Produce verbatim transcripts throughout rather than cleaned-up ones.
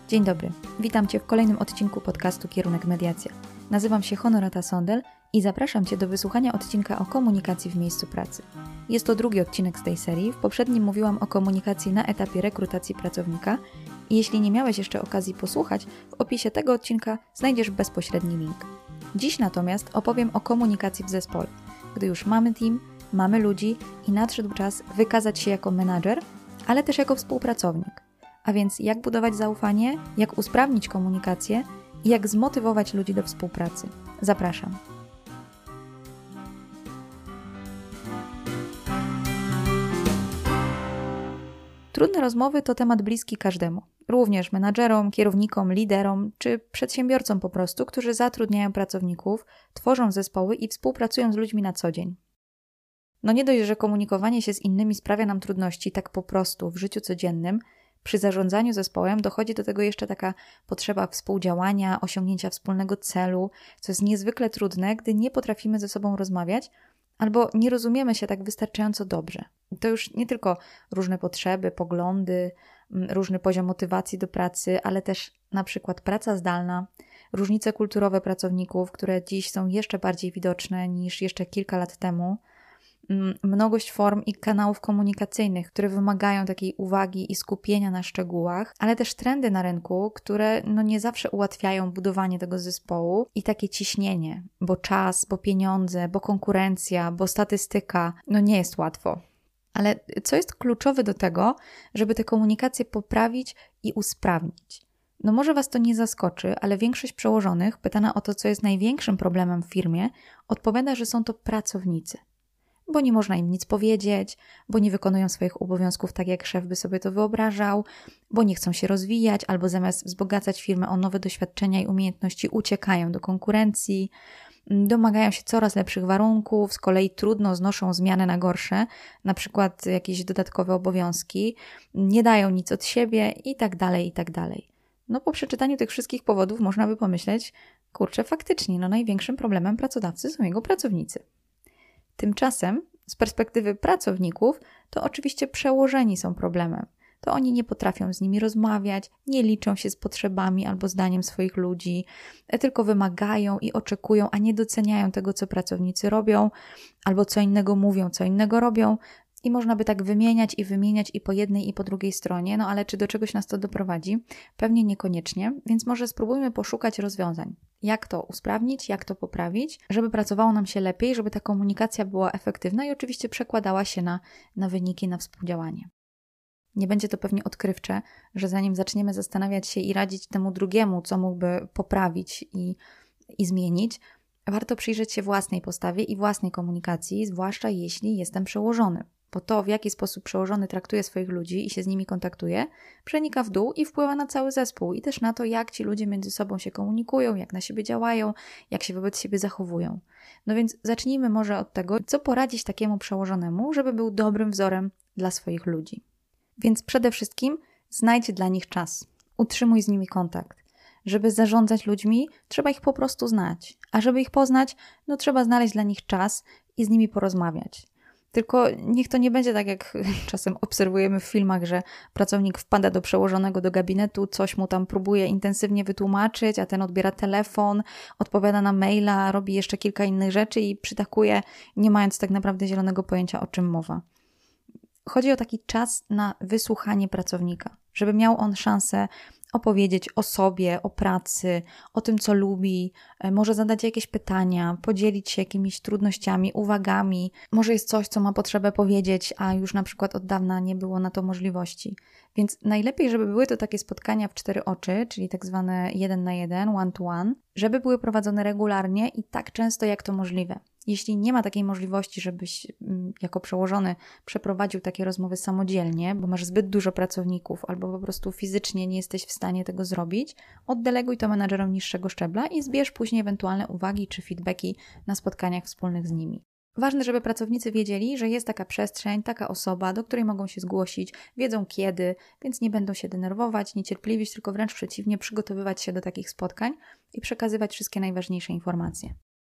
Dzień dobry, witam Cię w kolejnym odcinku podcastu Kierunek Mediacja. Nazywam się Honorata Sondel i zapraszam Cię do wysłuchania odcinka o komunikacji w miejscu pracy. Jest to drugi odcinek z tej serii, w poprzednim mówiłam o komunikacji na etapie rekrutacji pracownika i jeśli nie miałeś jeszcze okazji posłuchać, w opisie tego odcinka znajdziesz bezpośredni link. Dziś natomiast opowiem o komunikacji w zespole, gdy już mamy team, mamy ludzi i nadszedł czas wykazać się jako menadżer, ale też jako współpracownik. A więc jak budować zaufanie, jak usprawnić komunikację i jak zmotywować ludzi do współpracy. Zapraszam. Trudne rozmowy to temat bliski każdemu, również menadżerom, kierownikom, liderom czy przedsiębiorcom po prostu, którzy zatrudniają pracowników, tworzą zespoły i współpracują z ludźmi na co dzień. No nie dość, że komunikowanie się z innymi sprawia nam trudności tak po prostu w życiu codziennym, przy zarządzaniu zespołem dochodzi do tego jeszcze taka potrzeba współdziałania, osiągnięcia wspólnego celu, co jest niezwykle trudne, gdy nie potrafimy ze sobą rozmawiać albo nie rozumiemy się tak wystarczająco dobrze. To już nie tylko różne potrzeby, poglądy, różny poziom motywacji do pracy, ale też na przykład praca zdalna, różnice kulturowe pracowników, które dziś są jeszcze bardziej widoczne niż jeszcze kilka lat temu, mnogość form i kanałów komunikacyjnych, które wymagają takiej uwagi i skupienia na szczegółach, ale też trendy na rynku, które no nie zawsze ułatwiają budowanie tego zespołu i takie ciśnienie, bo czas, bo pieniądze, bo konkurencja, bo statystyka, no nie jest łatwo. Ale co jest kluczowe do tego, żeby tę komunikację poprawić i usprawnić? No może Was to nie zaskoczy, ale większość przełożonych, pytana o to, co jest największym problemem w firmie, odpowiada, że są to pracownicy. Bo nie można im nic powiedzieć, bo nie wykonują swoich obowiązków tak, jak szef by sobie to wyobrażał, bo nie chcą się rozwijać, albo zamiast wzbogacać firmę o nowe doświadczenia i umiejętności uciekają do konkurencji, domagają się coraz lepszych warunków, z kolei trudno znoszą zmiany na gorsze, na przykład jakieś dodatkowe obowiązki, nie dają nic od siebie i tak dalej, i tak dalej. No po przeczytaniu tych wszystkich powodów można by pomyśleć, kurczę, faktycznie, no największym problemem pracodawcy są jego pracownicy. Tymczasem z perspektywy pracowników to oczywiście przełożeni są problemem. To oni nie potrafią z nimi rozmawiać, nie liczą się z potrzebami albo zdaniem swoich ludzi, tylko wymagają i oczekują, a nie doceniają tego, co pracownicy robią, albo co innego mówią, co innego robią. I można by tak wymieniać i wymieniać i po jednej i po drugiej stronie, no ale czy do czegoś nas to doprowadzi? Pewnie niekoniecznie, więc może spróbujmy poszukać rozwiązań. Jak to usprawnić, jak to poprawić, żeby pracowało nam się lepiej, żeby ta komunikacja była efektywna i oczywiście przekładała się na, na wyniki, na współdziałanie. Nie będzie to pewnie odkrywcze, że zanim zaczniemy zastanawiać się i radzić temu drugiemu, co mógłby poprawić i, i zmienić, warto przyjrzeć się własnej postawie i własnej komunikacji, zwłaszcza jeśli jestem przełożony. Bo to, w jaki sposób przełożony traktuje swoich ludzi i się z nimi kontaktuje, przenika w dół i wpływa na cały zespół i też na to, jak ci ludzie między sobą się komunikują, jak na siebie działają, jak się wobec siebie zachowują. No więc zacznijmy może od tego, co poradzić takiemu przełożonemu, żeby był dobrym wzorem dla swoich ludzi. Więc przede wszystkim znajdź dla nich czas, utrzymuj z nimi kontakt. Żeby zarządzać ludźmi, trzeba ich po prostu znać, a żeby ich poznać, no trzeba znaleźć dla nich czas i z nimi porozmawiać. Tylko niech to nie będzie tak, jak czasem obserwujemy w filmach, że pracownik wpada do przełożonego do gabinetu, coś mu tam próbuje intensywnie wytłumaczyć, a ten odbiera telefon, odpowiada na maila, robi jeszcze kilka innych rzeczy i przytakuje, nie mając tak naprawdę zielonego pojęcia, o czym mowa. Chodzi o taki czas na wysłuchanie pracownika, żeby miał on szansę opowiedzieć o sobie, o pracy, o tym, co lubi, może zadać jakieś pytania, podzielić się jakimiś trudnościami, uwagami. Może jest coś, co ma potrzebę powiedzieć, a już na przykład od dawna nie było na to możliwości. Więc najlepiej, żeby były to takie spotkania w cztery oczy, czyli tak zwane jeden na jeden, one to one, żeby były prowadzone regularnie i tak często, jak to możliwe. Jeśli nie ma takiej możliwości, żebyś jako przełożony przeprowadził takie rozmowy samodzielnie, bo masz zbyt dużo pracowników albo po prostu fizycznie nie jesteś w stanie tego zrobić, oddeleguj to menadżerom niższego szczebla i zbierz później ewentualne uwagi czy feedbacki na spotkaniach wspólnych z nimi. Ważne, żeby pracownicy wiedzieli, że jest taka przestrzeń, taka osoba, do której mogą się zgłosić, wiedzą kiedy, więc nie będą się denerwować, niecierpliwić, tylko wręcz przeciwnie, przygotowywać się do takich spotkań i przekazywać wszystkie najważniejsze informacje.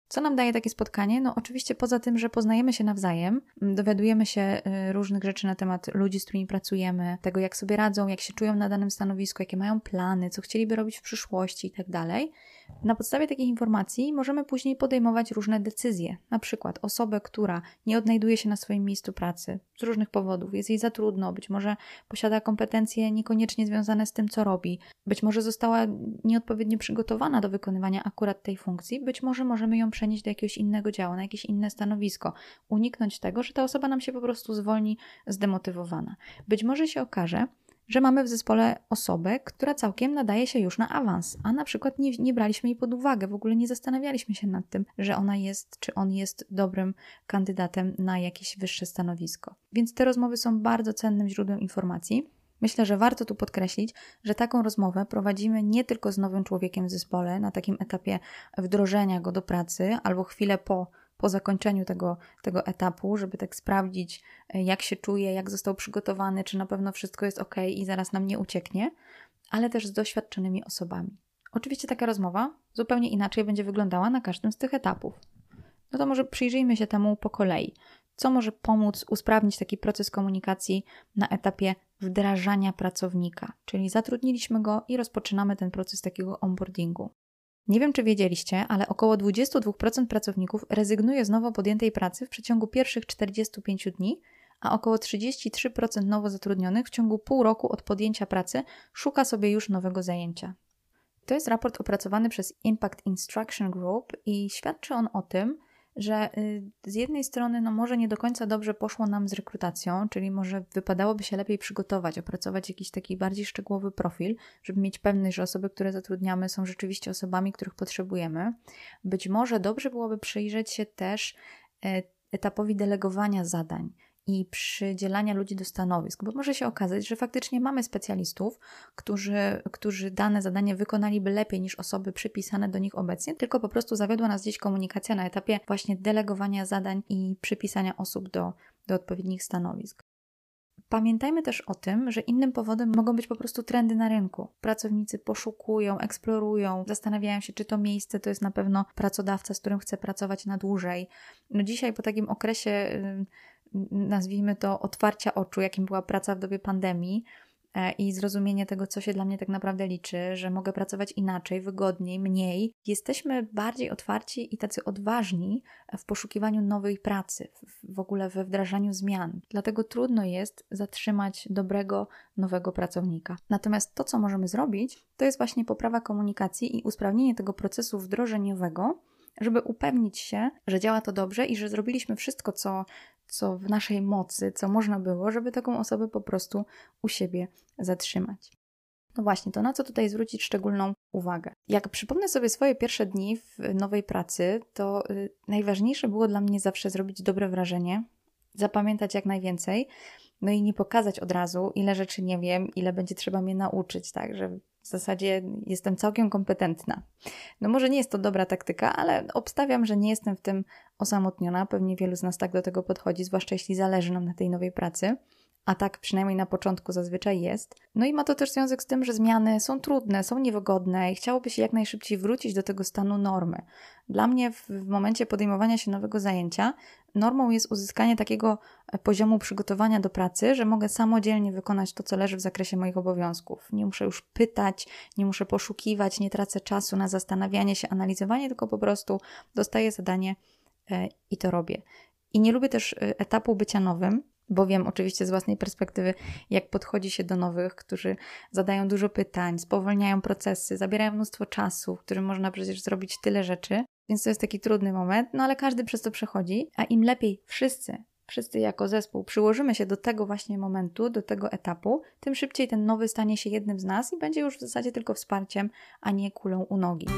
Co nam daje takie spotkanie? No oczywiście poza tym, że poznajemy się nawzajem, dowiadujemy się różnych rzeczy na temat ludzi, z którymi pracujemy, tego jak sobie radzą, jak się czują na danym stanowisku, jakie mają plany, co chcieliby robić w przyszłości i tak dalej. Na podstawie takich informacji możemy później podejmować różne decyzje. Na przykład osobę, która nie odnajduje się na swoim miejscu pracy z różnych powodów, jest jej za trudno, być może posiada kompetencje niekoniecznie związane z tym, co robi, być może została nieodpowiednio przygotowana do wykonywania akurat tej funkcji, być może możemy ją przenieść do jakiegoś innego działu, na jakieś inne stanowisko, uniknąć tego, że ta osoba nam się po prostu zwolni zdemotywowana. Być może się okaże, że mamy w zespole osobę, która całkiem nadaje się już na awans, a na przykład nie, nie braliśmy jej pod uwagę, w ogóle nie zastanawialiśmy się nad tym, że ona jest, czy on jest dobrym kandydatem na jakieś wyższe stanowisko. Więc te rozmowy są bardzo cennym źródłem informacji. Myślę, że warto tu podkreślić, że taką rozmowę prowadzimy nie tylko z nowym człowiekiem w zespole, na takim etapie wdrożenia go do pracy, albo chwilę po po zakończeniu tego, tego etapu, żeby tak sprawdzić, jak się czuje, jak został przygotowany, czy na pewno wszystko jest ok i zaraz nam nie ucieknie, ale też z doświadczonymi osobami. Oczywiście taka rozmowa zupełnie inaczej będzie wyglądała na każdym z tych etapów. No to może przyjrzyjmy się temu po kolei. Co może pomóc usprawnić taki proces komunikacji na etapie wdrażania pracownika, czyli zatrudniliśmy go i rozpoczynamy ten proces takiego onboardingu. Nie wiem, czy wiedzieliście, ale około dwadzieścia dwa procent pracowników rezygnuje z nowo podjętej pracy w przeciągu pierwszych czterdziestu pięciu dni, a około trzydzieści trzy procent nowo zatrudnionych w ciągu pół roku od podjęcia pracy szuka sobie już nowego zajęcia. To jest raport opracowany przez Impact Instruction Group i świadczy on o tym, że z jednej strony no może nie do końca dobrze poszło nam z rekrutacją, czyli może wypadałoby się lepiej przygotować, opracować jakiś taki bardziej szczegółowy profil, żeby mieć pewność, że osoby, które zatrudniamy, są rzeczywiście osobami, których potrzebujemy. Być może dobrze byłoby przyjrzeć się też etapowi delegowania zadań i przydzielania ludzi do stanowisk, bo może się okazać, że faktycznie mamy specjalistów, którzy, którzy dane zadanie wykonaliby lepiej niż osoby przypisane do nich obecnie, tylko po prostu zawiodła nas gdzieś komunikacja na etapie właśnie delegowania zadań i przypisania osób do, do odpowiednich stanowisk. Pamiętajmy też o tym, że innym powodem mogą być po prostu trendy na rynku. Pracownicy poszukują, eksplorują, zastanawiają się, czy to miejsce to jest na pewno pracodawca, z którym chcę pracować na dłużej. No dzisiaj po takim okresie, nazwijmy to otwarcia oczu, jakim była praca w dobie pandemii i zrozumienie tego, co się dla mnie tak naprawdę liczy, że mogę pracować inaczej, wygodniej, mniej. Jesteśmy bardziej otwarci i tacy odważni w poszukiwaniu nowej pracy, w ogóle we wdrażaniu zmian. Dlatego trudno jest zatrzymać dobrego, nowego pracownika. Natomiast to, co możemy zrobić, to jest właśnie poprawa komunikacji i usprawnienie tego procesu wdrożeniowego, żeby upewnić się, że działa to dobrze i że zrobiliśmy wszystko, co co w naszej mocy, co można było, żeby taką osobę po prostu u siebie zatrzymać. No właśnie, to na co tutaj zwrócić szczególną uwagę? Jak przypomnę sobie swoje pierwsze dni w nowej pracy, to y, najważniejsze było dla mnie zawsze zrobić dobre wrażenie, zapamiętać jak najwięcej, no i nie pokazać od razu, ile rzeczy nie wiem, ile będzie trzeba mnie nauczyć, tak, że w zasadzie jestem całkiem kompetentna. No może nie jest to dobra taktyka, ale obstawiam, że nie jestem w tym osamotniona. Pewnie wielu z nas tak do tego podchodzi, zwłaszcza jeśli zależy nam na tej nowej pracy. A tak przynajmniej na początku zazwyczaj jest. No i ma to też związek z tym, że zmiany są trudne, są niewygodne i chciałoby się jak najszybciej wrócić do tego stanu normy. Dla mnie w, w momencie podejmowania się nowego zajęcia normą jest uzyskanie takiego poziomu przygotowania do pracy, że mogę samodzielnie wykonać to, co leży w zakresie moich obowiązków. Nie muszę już pytać, nie muszę poszukiwać, nie tracę czasu na zastanawianie się, analizowanie, tylko po prostu dostaję zadanie e, i to robię. I nie lubię też etapu bycia nowym, bo wiem oczywiście z własnej perspektywy, jak podchodzi się do nowych, którzy zadają dużo pytań, spowalniają procesy, zabierają mnóstwo czasu, w którym można przecież zrobić tyle rzeczy, więc to jest taki trudny moment, no ale każdy przez to przechodzi, a im lepiej wszyscy, wszyscy jako zespół przyłożymy się do tego właśnie momentu, do tego etapu, tym szybciej ten nowy stanie się jednym z nas i będzie już w zasadzie tylko wsparciem, a nie kulą u nogi.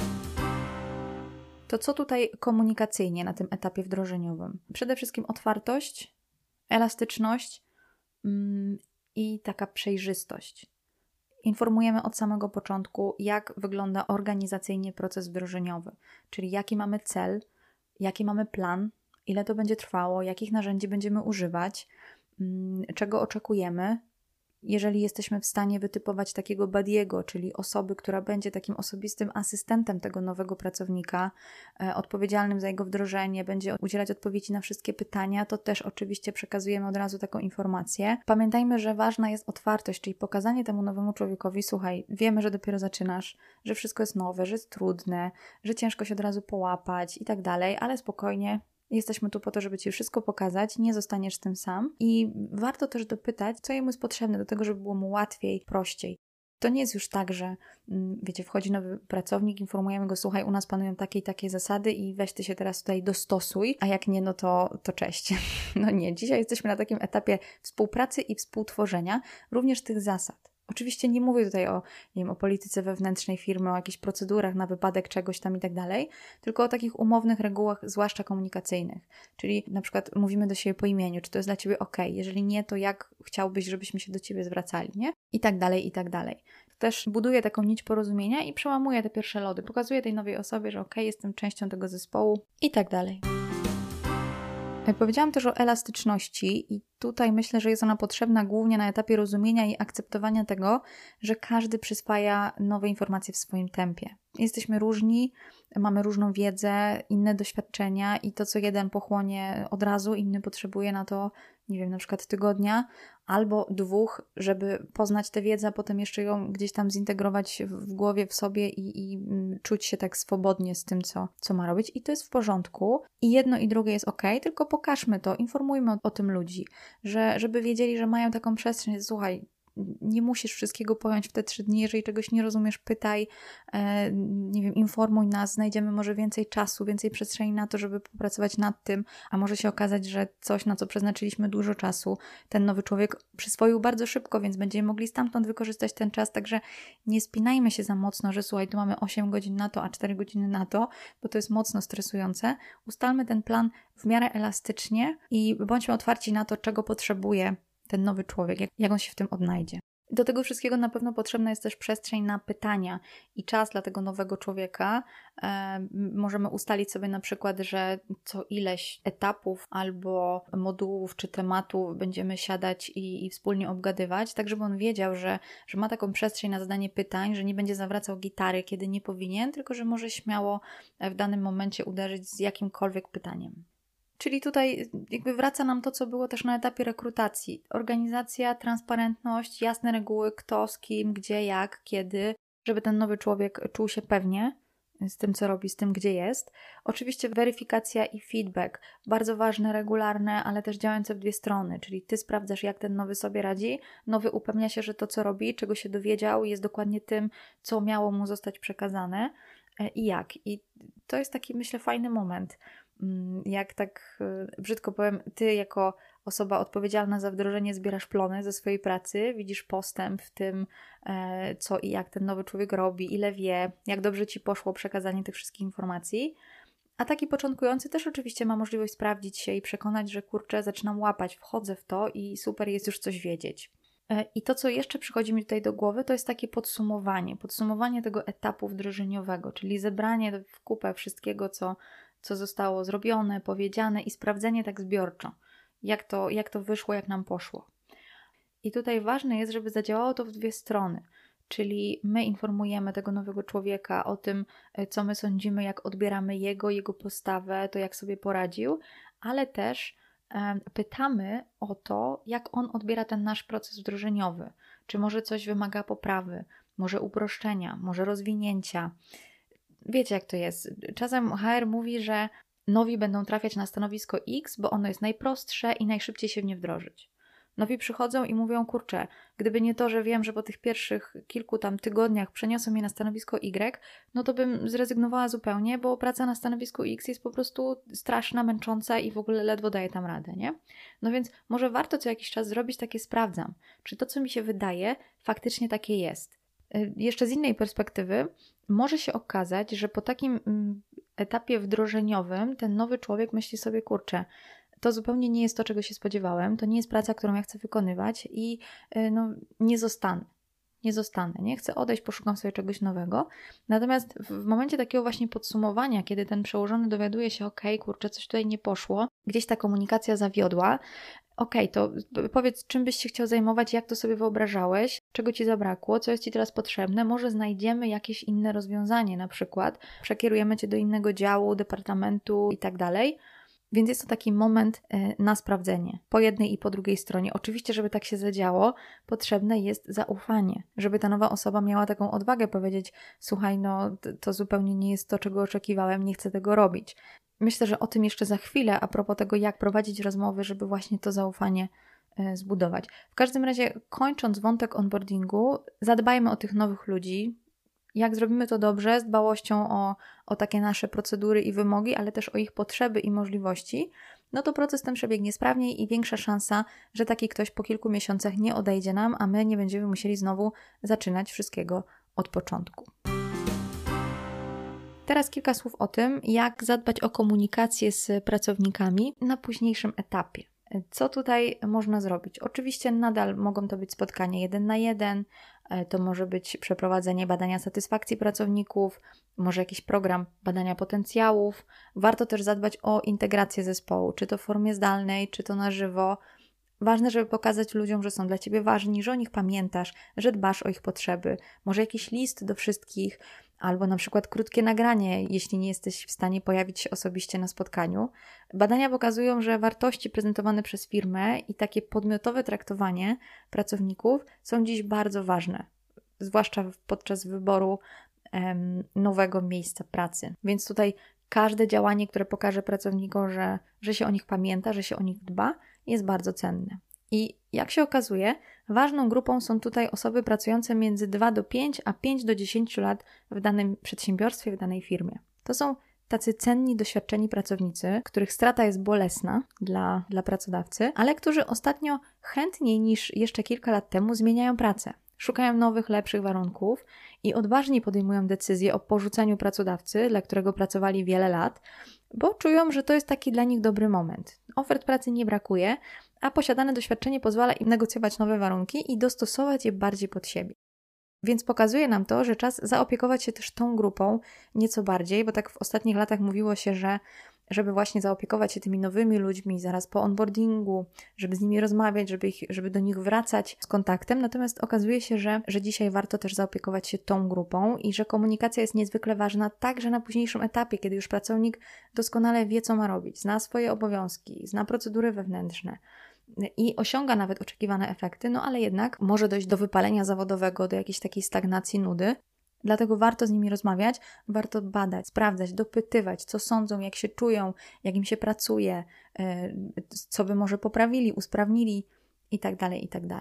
To co tutaj komunikacyjnie na tym etapie wdrożeniowym? Przede wszystkim otwartość, elastyczność mm, i taka przejrzystość. Informujemy od samego początku, jak wygląda organizacyjnie proces wdrożeniowy, czyli jaki mamy cel, jaki mamy plan, ile to będzie trwało, jakich narzędzi będziemy używać, mm, czego oczekujemy, Jeżeli jesteśmy w stanie wytypować takiego buddiego, czyli osoby, która będzie takim osobistym asystentem tego nowego pracownika, e, odpowiedzialnym za jego wdrożenie, będzie udzielać odpowiedzi na wszystkie pytania, to też oczywiście przekazujemy od razu taką informację. Pamiętajmy, że ważna jest otwartość, czyli pokazanie temu nowemu człowiekowi, słuchaj, wiemy, że dopiero zaczynasz, że wszystko jest nowe, że jest trudne, że ciężko się od razu połapać i tak dalej, ale spokojnie, jesteśmy tu po to, żeby Ci wszystko pokazać, nie zostaniesz tym sam i warto też dopytać, co jemu jest potrzebne do tego, żeby było mu łatwiej, prościej. To nie jest już tak, że wiecie, wchodzi nowy pracownik, informujemy go, słuchaj, u nas panują takie i takie zasady i weź Ty się teraz tutaj dostosuj, a jak nie, no to, to cześć. No nie, dzisiaj jesteśmy na takim etapie współpracy i współtworzenia również tych zasad. Oczywiście nie mówię tutaj o, nie wiem, o polityce wewnętrznej firmy, o jakichś procedurach na wypadek czegoś tam i tak dalej, tylko o takich umownych regułach, zwłaszcza komunikacyjnych. Czyli na przykład mówimy do siebie po imieniu, czy to jest dla Ciebie ok, jeżeli nie, to jak chciałbyś, żebyśmy się do Ciebie zwracali, nie? I tak dalej, i tak dalej. To też buduje taką nić porozumienia i przełamuje te pierwsze lody. Pokazuje tej nowej osobie, że ok, jestem częścią tego zespołu i tak dalej. Powiedziałam też o elastyczności i tutaj myślę, że jest ona potrzebna głównie na etapie rozumienia i akceptowania tego, że każdy przyswaja nowe informacje w swoim tempie. Jesteśmy różni, mamy różną wiedzę, inne doświadczenia i to, co jeden pochłonie od razu, inny potrzebuje na to, nie wiem, na przykład tygodnia albo dwóch, żeby poznać tę wiedzę, a potem jeszcze ją gdzieś tam zintegrować w głowie, w sobie i, i czuć się tak swobodnie z tym, co, co ma robić. I to jest w porządku. I jedno i drugie jest ok, tylko pokażmy to, informujmy o, o tym ludzi, że, żeby wiedzieli, że mają taką przestrzeń. Słuchaj, nie musisz wszystkiego pojąć w te trzy dni, jeżeli czegoś nie rozumiesz, pytaj, e, nie wiem, informuj nas, znajdziemy może więcej czasu, więcej przestrzeni na to, żeby popracować nad tym, a może się okazać, że coś, na co przeznaczyliśmy dużo czasu, ten nowy człowiek przyswoił bardzo szybko, więc będziemy mogli stamtąd wykorzystać ten czas, także nie spinajmy się za mocno, że słuchaj, tu mamy osiem godzin na to, a cztery godziny na to, bo to jest mocno stresujące. Ustalmy ten plan w miarę elastycznie i bądźmy otwarci na to, czego potrzebuje ten nowy człowiek, jak, jak on się w tym odnajdzie. Do tego wszystkiego na pewno potrzebna jest też przestrzeń na pytania i czas dla tego nowego człowieka. E, możemy ustalić sobie na przykład, że co ileś etapów albo modułów czy tematów będziemy siadać i, i wspólnie obgadywać, tak żeby on wiedział, że, że ma taką przestrzeń na zadanie pytań, że nie będzie zawracał gitary, kiedy nie powinien, tylko że może śmiało w danym momencie uderzyć z jakimkolwiek pytaniem. Czyli tutaj jakby wraca nam to, co było też na etapie rekrutacji. Organizacja, transparentność, jasne reguły, kto, z kim, gdzie, jak, kiedy, żeby ten nowy człowiek czuł się pewnie z tym, co robi, z tym, gdzie jest. Oczywiście weryfikacja i feedback, bardzo ważne, regularne, ale też działające w dwie strony, czyli Ty sprawdzasz, jak ten nowy sobie radzi, nowy upewnia się, że to, co robi, czego się dowiedział, jest dokładnie tym, co miało mu zostać przekazane i jak. I to jest taki, myślę, fajny moment. Jak tak brzydko powiem, Ty jako osoba odpowiedzialna za wdrożenie zbierasz plony ze swojej pracy, widzisz postęp w tym, co i jak ten nowy człowiek robi, ile wie, jak dobrze Ci poszło przekazanie tych wszystkich informacji, a taki początkujący też oczywiście ma możliwość sprawdzić się i przekonać, że kurczę, zaczynam łapać, wchodzę w to i super jest już coś wiedzieć. I to, co jeszcze przychodzi mi tutaj do głowy, to jest takie podsumowanie, podsumowanie tego etapu wdrożeniowego, czyli zebranie w kupę wszystkiego, co co zostało zrobione, powiedziane i sprawdzenie tak zbiorczo, jak to, jak to wyszło, jak nam poszło. I tutaj ważne jest, żeby zadziałało to w dwie strony, czyli my informujemy tego nowego człowieka o tym, co my sądzimy, jak odbieramy jego, jego postawę, to jak sobie poradził, ale też e, pytamy o to, jak on odbiera ten nasz proces wdrożeniowy, czy może coś wymaga poprawy, może uproszczenia, może rozwinięcia. Wiecie, jak to jest. Czasem H R mówi, że nowi będą trafiać na stanowisko X, bo ono jest najprostsze i najszybciej się w nie wdrożyć. Nowi przychodzą i mówią, kurczę, gdyby nie to, że wiem, że po tych pierwszych kilku tam tygodniach przeniosą mnie na stanowisko Y, no to bym zrezygnowała zupełnie, bo praca na stanowisku X jest po prostu straszna, męcząca i w ogóle ledwo daje tam radę, nie? No więc może warto co jakiś czas zrobić takie sprawdzam, czy to, co mi się wydaje, faktycznie takie jest. Jeszcze z innej perspektywy może się okazać, że po takim etapie wdrożeniowym ten nowy człowiek myśli sobie, kurczę, to zupełnie nie jest to, czego się spodziewałem, to nie jest praca, którą ja chcę wykonywać i no, nie zostanę. Nie zostanę, nie? Chcę odejść, poszukam sobie czegoś nowego. Natomiast w momencie takiego właśnie podsumowania, kiedy ten przełożony dowiaduje się, okej, kurczę, coś tutaj nie poszło, gdzieś ta komunikacja zawiodła, Okej, to powiedz, czym byś się chciał zajmować, jak to sobie wyobrażałeś, czego Ci zabrakło, co jest Ci teraz potrzebne, może znajdziemy jakieś inne rozwiązanie, na przykład przekierujemy Cię do innego działu, departamentu i tak dalej. Więc jest to taki moment na sprawdzenie po jednej i po drugiej stronie. Oczywiście, żeby tak się zadziało, potrzebne jest zaufanie, żeby ta nowa osoba miała taką odwagę powiedzieć: słuchaj, no to zupełnie nie jest to, czego oczekiwałem, nie chcę tego robić. Myślę, że o tym jeszcze za chwilę, a propos tego, jak prowadzić rozmowy, żeby właśnie to zaufanie zbudować. W każdym razie, kończąc wątek onboardingu, zadbajmy o tych nowych ludzi. Jak zrobimy to dobrze, z dbałością o, o takie nasze procedury i wymogi, ale też o ich potrzeby i możliwości, no to proces ten przebiegnie sprawniej i większa szansa, że taki ktoś po kilku miesiącach nie odejdzie nam, a my nie będziemy musieli znowu zaczynać wszystkiego od początku. Teraz kilka słów o tym, jak zadbać o komunikację z pracownikami na późniejszym etapie. Co tutaj można zrobić? Oczywiście nadal mogą to być spotkania jeden na jeden, to może być przeprowadzenie badania satysfakcji pracowników, może jakiś program badania potencjałów. Warto też zadbać o integrację zespołu, czy to w formie zdalnej, czy to na żywo. Ważne, żeby pokazać ludziom, że są dla Ciebie ważni, że o nich pamiętasz, że dbasz o ich potrzeby. Może jakiś list do wszystkich, albo na przykład krótkie nagranie, jeśli nie jesteś w stanie pojawić się osobiście na spotkaniu. Badania pokazują, że wartości prezentowane przez firmę i takie podmiotowe traktowanie pracowników są dziś bardzo ważne, zwłaszcza podczas wyboru em, nowego miejsca pracy. Więc tutaj każde działanie, które pokaże pracownikom, że, że się o nich pamięta, że się o nich dba, jest bardzo cenne. I jak się okazuje, ważną grupą są tutaj osoby pracujące między dwa do pięciu, a pięć do dziesięciu lat w danym przedsiębiorstwie, w danej firmie. To są tacy cenni, doświadczeni pracownicy, których strata jest bolesna dla, dla pracodawcy, ale którzy ostatnio chętniej niż jeszcze kilka lat temu zmieniają pracę. Szukają nowych, lepszych warunków i odważniej podejmują decyzję o porzuceniu pracodawcy, dla którego pracowali wiele lat, bo czują, że to jest taki dla nich dobry moment. Ofert pracy nie brakuje, a posiadane doświadczenie pozwala im negocjować nowe warunki i dostosować je bardziej pod siebie. Więc pokazuje nam to, że czas zaopiekować się też tą grupą nieco bardziej, bo tak w ostatnich latach mówiło się, że żeby właśnie zaopiekować się tymi nowymi ludźmi zaraz po onboardingu, żeby z nimi rozmawiać, żeby, ich, żeby do nich wracać z kontaktem. Natomiast okazuje się, że, że dzisiaj warto też zaopiekować się tą grupą i że komunikacja jest niezwykle ważna także na późniejszym etapie, kiedy już pracownik doskonale wie, co ma robić, zna swoje obowiązki, zna procedury wewnętrzne i osiąga nawet oczekiwane efekty, no ale jednak może dojść do wypalenia zawodowego, do jakiejś takiej stagnacji, nudy. Dlatego warto z nimi rozmawiać, warto badać, sprawdzać, dopytywać, co sądzą, jak się czują, jak im się pracuje, co by może poprawili, usprawnili itd., itd.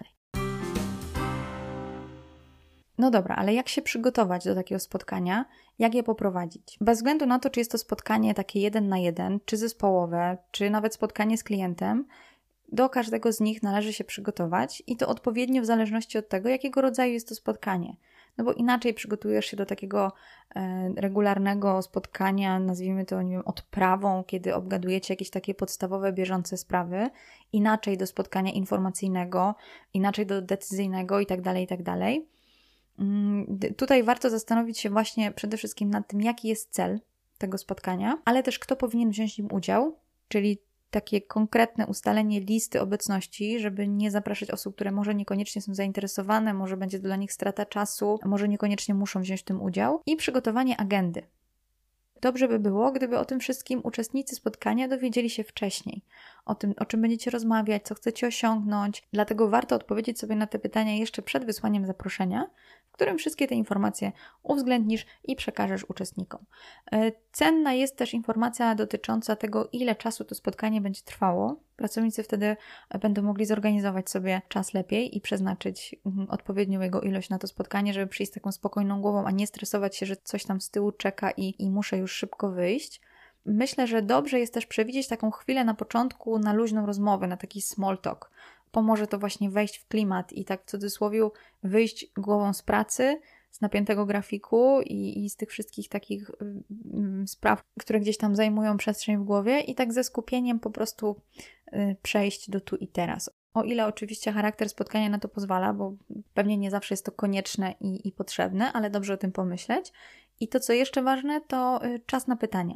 No dobra, ale jak się przygotować do takiego spotkania? Jak je poprowadzić? Bez względu na to, czy jest to spotkanie takie jeden na jeden, czy zespołowe, czy nawet spotkanie z klientem, do każdego z nich należy się przygotować i to odpowiednio w zależności od tego, jakiego rodzaju jest to spotkanie. No bo inaczej przygotujesz się do takiego e, regularnego spotkania, nazwijmy to, nie wiem, odprawą, kiedy obgadujecie jakieś takie podstawowe, bieżące sprawy, inaczej do spotkania informacyjnego, inaczej do decyzyjnego itd., itd. Mm, tutaj warto zastanowić się właśnie przede wszystkim nad tym, jaki jest cel tego spotkania, ale też kto powinien wziąć w nim udział, czyli takie konkretne ustalenie listy obecności, żeby nie zapraszać osób, które może niekoniecznie są zainteresowane, może będzie dla nich strata czasu, może niekoniecznie muszą wziąć w tym udział i przygotowanie agendy. Dobrze by było, gdyby o tym wszystkim uczestnicy spotkania dowiedzieli się wcześniej, o tym, o czym będziecie rozmawiać, co chcecie osiągnąć. Dlatego warto odpowiedzieć sobie na te pytania jeszcze przed wysłaniem zaproszenia, w którym wszystkie te informacje uwzględnisz i przekażesz uczestnikom. Cenna jest też informacja dotycząca tego, ile czasu to spotkanie będzie trwało. Pracownicy wtedy będą mogli zorganizować sobie czas lepiej i przeznaczyć odpowiednią jego ilość na to spotkanie, żeby przyjść z taką spokojną głową, a nie stresować się, że coś tam z tyłu czeka i, i muszę już szybko wyjść. Myślę, że dobrze jest też przewidzieć taką chwilę na początku na luźną rozmowę, na taki small talk. Pomoże to właśnie wejść w klimat i tak w cudzysłowie wyjść głową z pracy, z napiętego grafiku i, i z tych wszystkich takich y, spraw, które gdzieś tam zajmują przestrzeń w głowie i tak ze skupieniem po prostu y, przejść do tu i teraz. O ile oczywiście charakter spotkania na to pozwala, bo pewnie nie zawsze jest to konieczne i, i potrzebne, ale dobrze o tym pomyśleć. I to, co jeszcze ważne, to y, czas na pytania.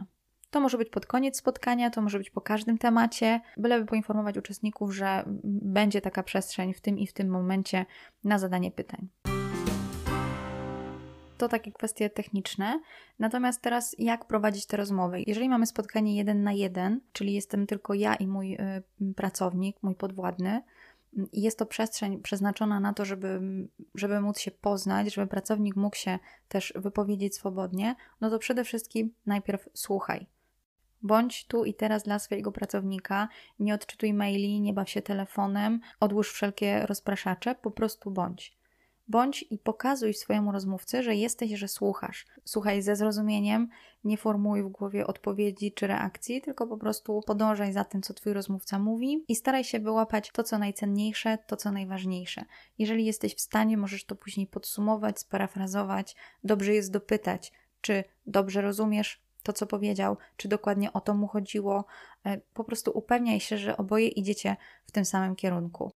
To może być pod koniec spotkania, to może być po każdym temacie, byleby poinformować uczestników, że będzie taka przestrzeń w tym i w tym momencie na zadanie pytań. To takie kwestie techniczne. Natomiast teraz jak prowadzić te rozmowy? Jeżeli mamy spotkanie jeden na jeden, czyli jestem tylko ja i mój y, pracownik, mój podwładny, i jest to przestrzeń przeznaczona na to, żeby, żeby móc się poznać, żeby pracownik mógł się też wypowiedzieć swobodnie, no to przede wszystkim najpierw słuchaj. Bądź tu i teraz dla swojego pracownika, nie odczytuj maili, nie baw się telefonem, odłóż wszelkie rozpraszacze, po prostu bądź. Bądź i pokazuj swojemu rozmówcy, że jesteś, że słuchasz. Słuchaj ze zrozumieniem, nie formułuj w głowie odpowiedzi czy reakcji, tylko po prostu podążaj za tym, co twój rozmówca mówi i staraj się wyłapać to, co najcenniejsze, to, co najważniejsze. Jeżeli jesteś w stanie, możesz to później podsumować, sparafrazować. Dobrze jest dopytać, czy dobrze rozumiesz to, co powiedział, czy dokładnie o to mu chodziło. Po prostu upewniaj się, że oboje idziecie w tym samym kierunku.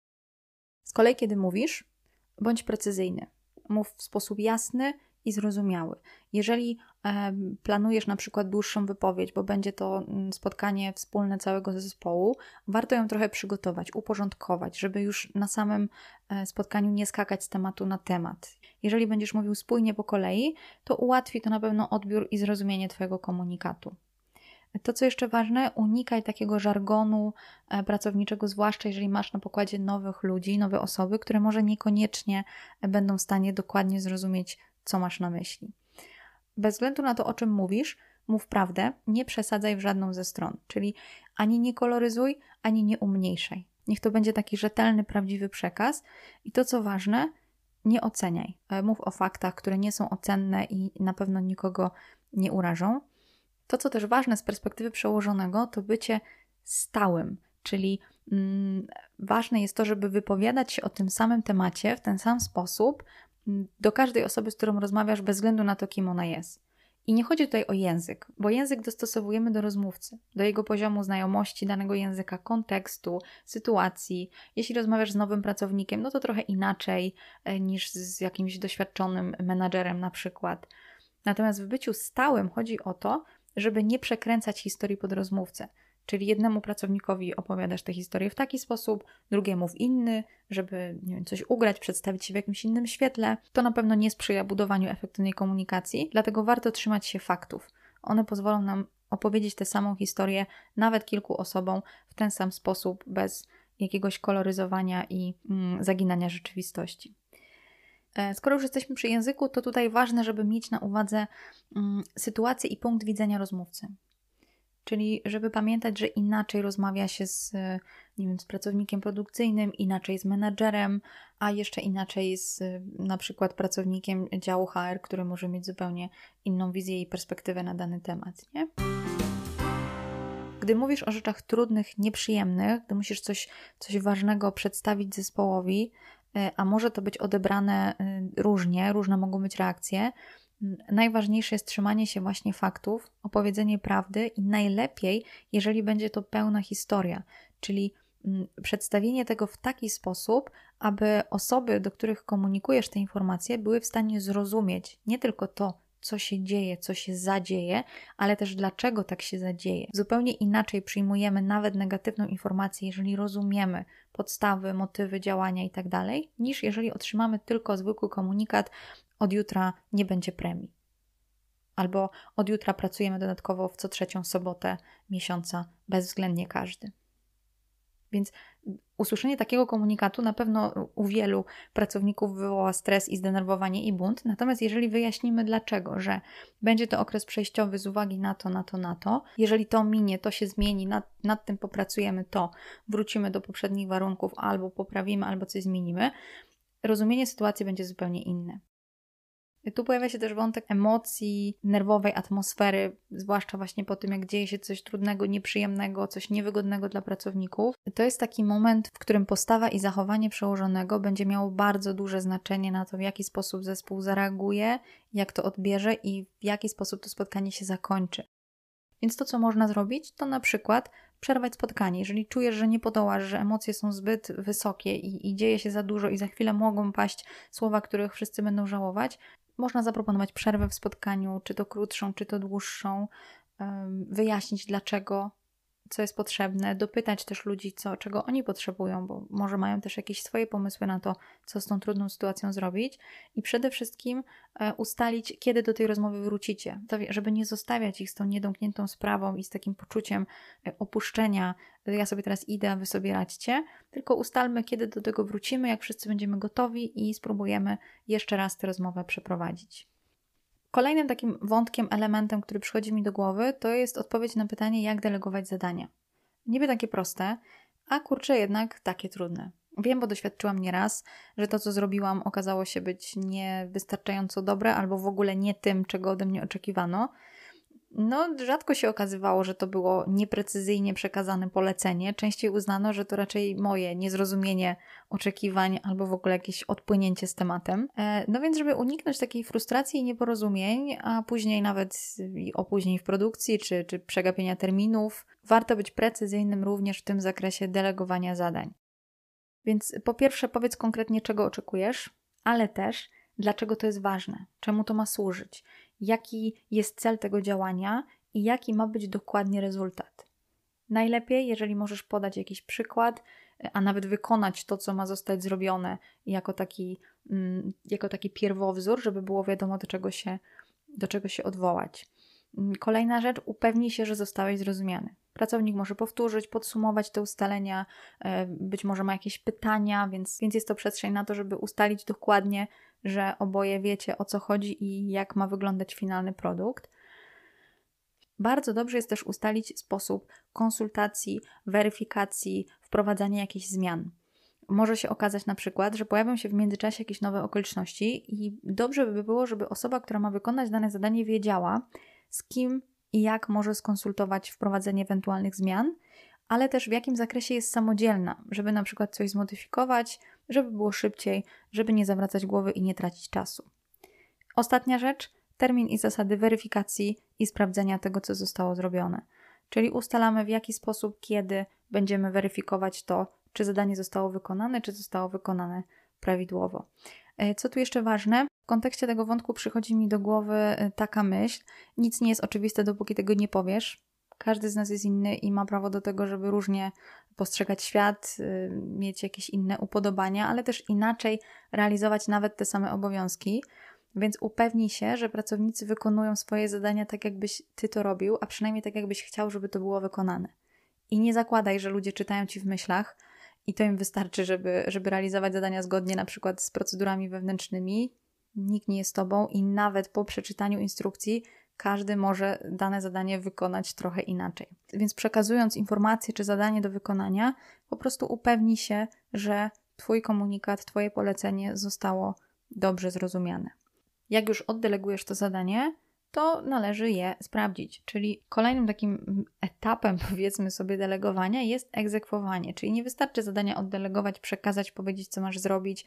Z kolei, kiedy mówisz, bądź precyzyjny. Mów w sposób jasny i zrozumiały. Jeżeli e, planujesz na przykład dłuższą wypowiedź, bo będzie to spotkanie wspólne całego zespołu, warto ją trochę przygotować, uporządkować, żeby już na samym e, spotkaniu nie skakać z tematu na temat. Jeżeli będziesz mówił spójnie po kolei, to ułatwi to na pewno odbiór i zrozumienie twojego komunikatu. To, co jeszcze ważne, unikaj takiego żargonu pracowniczego, zwłaszcza jeżeli masz na pokładzie nowych ludzi, nowe osoby, które może niekoniecznie będą w stanie dokładnie zrozumieć, co masz na myśli. Bez względu na to, o czym mówisz, mów prawdę, nie przesadzaj w żadną ze stron, czyli ani nie koloryzuj, ani nie umniejszaj. Niech to będzie taki rzetelny, prawdziwy przekaz i to, co ważne, nie oceniaj. Mów o faktach, które nie są ocenne i na pewno nikogo nie urażą. To, co też ważne z perspektywy przełożonego, to bycie stałym, czyli mm, ważne jest to, żeby wypowiadać się o tym samym temacie w ten sam sposób mm, do każdej osoby, z którą rozmawiasz, bez względu na to, kim ona jest. I nie chodzi tutaj o język, bo język dostosowujemy do rozmówcy, do jego poziomu znajomości danego języka, kontekstu, sytuacji. Jeśli rozmawiasz z nowym pracownikiem, no to trochę inaczej e, niż z jakimś doświadczonym menadżerem na przykład. Natomiast w byciu stałym chodzi o to, żeby nie przekręcać historii pod rozmówcę. Czyli jednemu pracownikowi opowiadasz tę historię w taki sposób, drugiemu w inny, żeby nie wiem, coś ugrać, przedstawić się w jakimś innym świetle. To na pewno nie sprzyja budowaniu efektywnej komunikacji, dlatego warto trzymać się faktów. One pozwolą nam opowiedzieć tę samą historię nawet kilku osobom w ten sam sposób, bez jakiegoś koloryzowania i mm, zaginania rzeczywistości. Skoro już jesteśmy przy języku, to tutaj ważne, żeby mieć na uwadze mm, sytuację i punkt widzenia rozmówcy. Czyli żeby pamiętać, że inaczej rozmawia się z, nie wiem, z pracownikiem produkcyjnym, inaczej z menadżerem, a jeszcze inaczej z na przykład pracownikiem działu H R, który może mieć zupełnie inną wizję i perspektywę na dany temat, nie? Gdy mówisz o rzeczach trudnych, nieprzyjemnych, gdy musisz coś, coś ważnego przedstawić zespołowi, a może to być odebrane różnie, różne mogą być reakcje, najważniejsze jest trzymanie się właśnie faktów, opowiedzenie prawdy i najlepiej, jeżeli będzie to pełna historia, czyli przedstawienie tego w taki sposób, aby osoby, do których komunikujesz te informacje, były w stanie zrozumieć nie tylko to, co się dzieje, co się zadzieje, ale też dlaczego tak się zadzieje. Zupełnie inaczej przyjmujemy nawet negatywną informację, jeżeli rozumiemy podstawy, motywy działania itd., niż jeżeli otrzymamy tylko zwykły komunikat: od jutra nie będzie premii. Albo od jutra pracujemy dodatkowo w co trzecią sobotę miesiąca, bezwzględnie każdy. Więc usłyszenie takiego komunikatu na pewno u wielu pracowników wywoła stres i zdenerwowanie i bunt. Natomiast jeżeli wyjaśnimy dlaczego, że będzie to okres przejściowy z uwagi na to, na to, na to, jeżeli to minie, to się zmieni, nad, nad tym popracujemy, to wrócimy do poprzednich warunków, albo poprawimy, albo coś zmienimy, rozumienie sytuacji będzie zupełnie inne. Tu pojawia się też wątek emocji, nerwowej atmosfery, zwłaszcza właśnie po tym, jak dzieje się coś trudnego, nieprzyjemnego, coś niewygodnego dla pracowników. To jest taki moment, w którym postawa i zachowanie przełożonego będzie miało bardzo duże znaczenie na to, w jaki sposób zespół zareaguje, jak to odbierze i w jaki sposób to spotkanie się zakończy. Więc to, co można zrobić, to na przykład przerwać spotkanie. Jeżeli czujesz, że nie podołasz, że emocje są zbyt wysokie i, i dzieje się za dużo i za chwilę mogą paść słowa, których wszyscy będą żałować, można zaproponować przerwę w spotkaniu, czy to krótszą, czy to dłuższą. wyjaśnić dlaczego, co jest potrzebne, dopytać też ludzi, co, czego oni potrzebują, bo może mają też jakieś swoje pomysły na to, co z tą trudną sytuacją zrobić i przede wszystkim ustalić, kiedy do tej rozmowy wrócicie, żeby nie zostawiać ich z tą niedomkniętą sprawą i z takim poczuciem opuszczenia, ja sobie teraz idę, a wy sobie radźcie, tylko ustalmy, kiedy do tego wrócimy, jak wszyscy będziemy gotowi i spróbujemy jeszcze raz tę rozmowę przeprowadzić. Kolejnym takim wątkiem, elementem, który przychodzi mi do głowy, to jest odpowiedź na pytanie, jak delegować zadania. Niby takie proste, a kurczę jednak takie trudne. Wiem, bo doświadczyłam nieraz, że to, co zrobiłam, okazało się być niewystarczająco dobre albo w ogóle nie tym, czego ode mnie oczekiwano. No, rzadko się okazywało, że to było nieprecyzyjnie przekazane polecenie. Częściej uznano, że to raczej moje niezrozumienie oczekiwań albo w ogóle jakieś odpłynięcie z tematem. No więc, żeby uniknąć takiej frustracji i nieporozumień, a później nawet i opóźnień w produkcji czy, czy przegapienia terminów, warto być precyzyjnym również w tym zakresie delegowania zadań. Więc po pierwsze powiedz konkretnie, czego oczekujesz, ale też dlaczego to jest ważne, czemu to ma służyć, jaki jest cel tego działania i jaki ma być dokładnie rezultat. Najlepiej, jeżeli możesz podać jakiś przykład, a nawet wykonać to, co ma zostać zrobione jako taki, jako taki pierwowzór, żeby było wiadomo, do czego się, do czego się odwołać. Kolejna rzecz, upewnij się, że zostałeś zrozumiany. Pracownik może powtórzyć, podsumować te ustalenia, być może ma jakieś pytania, więc, więc jest to przestrzeń na to, żeby ustalić dokładnie, że oboje wiecie, o co chodzi i jak ma wyglądać finalny produkt. Bardzo dobrze jest też ustalić sposób konsultacji, weryfikacji, wprowadzania jakichś zmian. Może się okazać na przykład, że pojawią się w międzyczasie jakieś nowe okoliczności i dobrze by było, żeby osoba, która ma wykonać dane zadanie, wiedziała, z kim i jak może skonsultować wprowadzenie ewentualnych zmian, ale też w jakim zakresie jest samodzielna, żeby na przykład coś zmodyfikować, żeby było szybciej, żeby nie zawracać głowy i nie tracić czasu. Ostatnia rzecz, termin i zasady weryfikacji i sprawdzenia tego, co zostało zrobione. Czyli ustalamy, w jaki sposób, kiedy będziemy weryfikować to, czy zadanie zostało wykonane, czy zostało wykonane prawidłowo. Co tu jeszcze ważne? W kontekście tego wątku przychodzi mi do głowy taka myśl, nic nie jest oczywiste, dopóki tego nie powiesz. Każdy z nas jest inny i ma prawo do tego, żeby różnie postrzegać świat, mieć jakieś inne upodobania, ale też inaczej realizować nawet te same obowiązki. Więc upewnij się, że pracownicy wykonują swoje zadania tak, jakbyś ty to robił, a przynajmniej tak, jakbyś chciał, żeby to było wykonane. I nie zakładaj, że ludzie czytają ci w myślach i to im wystarczy, żeby, żeby realizować zadania zgodnie na przykład z procedurami wewnętrznymi. Nikt nie jest tobą i nawet po przeczytaniu instrukcji każdy może dane zadanie wykonać trochę inaczej. Więc przekazując informacje czy zadanie do wykonania, po prostu upewnij się, że twój komunikat, twoje polecenie zostało dobrze zrozumiane. Jak już oddelegujesz to zadanie, to należy je sprawdzić. Czyli kolejnym takim etapem, powiedzmy sobie, delegowania jest egzekwowanie. Czyli nie wystarczy zadania oddelegować, przekazać, powiedzieć, co masz zrobić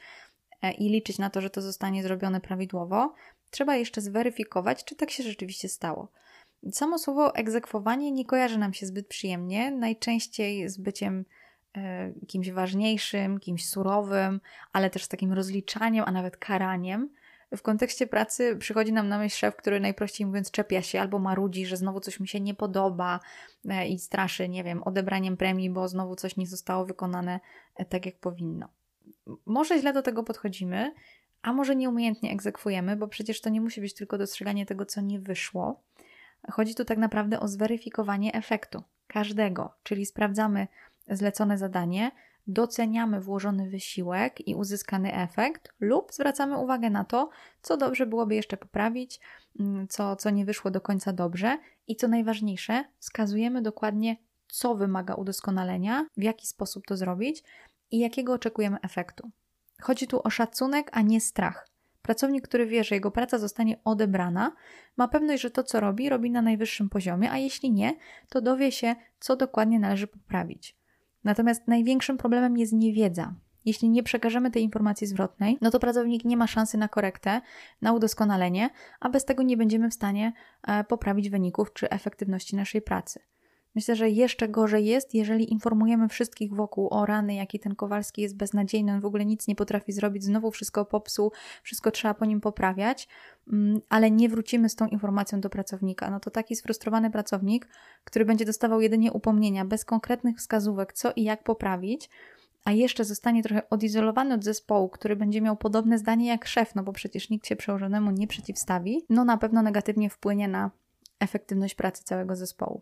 i liczyć na to, że to zostanie zrobione prawidłowo. Trzeba jeszcze zweryfikować, czy tak się rzeczywiście stało. Samo słowo egzekwowanie nie kojarzy nam się zbyt przyjemnie, najczęściej z byciem e, kimś ważniejszym, kimś surowym, ale też z takim rozliczaniem, a nawet karaniem. W kontekście pracy przychodzi nam na myśl szef, który najprościej mówiąc czepia się albo marudzi, że znowu coś mi się nie podoba e, i straszy, nie wiem, odebraniem premii, bo znowu coś nie zostało wykonane e, tak, jak powinno. Może źle do tego podchodzimy, a może nieumiejętnie egzekwujemy, bo przecież to nie musi być tylko dostrzeganie tego, co nie wyszło. Chodzi tu tak naprawdę o zweryfikowanie efektu każdego, czyli sprawdzamy zlecone zadanie, doceniamy włożony wysiłek i uzyskany efekt lub zwracamy uwagę na to, co dobrze byłoby jeszcze poprawić, co, co nie wyszło do końca dobrze i co najważniejsze, wskazujemy dokładnie, co wymaga udoskonalenia, w jaki sposób to zrobić i jakiego oczekujemy efektu. Chodzi tu o szacunek, a nie strach. Pracownik, który wie, że jego praca zostanie odebrana, ma pewność, że to, co robi, robi na najwyższym poziomie, a jeśli nie, to dowie się, co dokładnie należy poprawić. Natomiast największym problemem jest niewiedza. Jeśli nie przekażemy tej informacji zwrotnej, no to pracownik nie ma szansy na korektę, na udoskonalenie, a bez tego nie będziemy w stanie poprawić wyników czy efektywności naszej pracy. Myślę, że jeszcze gorzej jest, jeżeli informujemy wszystkich wokół: o rany, jaki ten Kowalski jest beznadziejny, on w ogóle nic nie potrafi zrobić, znowu wszystko popsuł, wszystko trzeba po nim poprawiać, ale nie wrócimy z tą informacją do pracownika. No to taki sfrustrowany pracownik, który będzie dostawał jedynie upomnienia, bez konkretnych wskazówek, co i jak poprawić, a jeszcze zostanie trochę odizolowany od zespołu, który będzie miał podobne zdanie jak szef, no bo przecież nikt się przełożonemu nie przeciwstawi, no na pewno negatywnie wpłynie na efektywność pracy całego zespołu.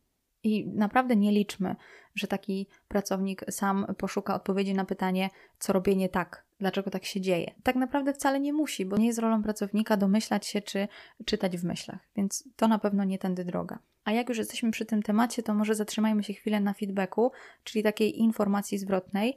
I naprawdę nie liczmy, że taki pracownik sam poszuka odpowiedzi na pytanie, co robię nie tak, dlaczego tak się dzieje. Tak naprawdę wcale nie musi, bo nie jest rolą pracownika domyślać się czy czytać w myślach, więc to na pewno nie tędy droga. A jak już jesteśmy przy tym temacie, to może zatrzymajmy się chwilę na feedbacku, czyli takiej informacji zwrotnej.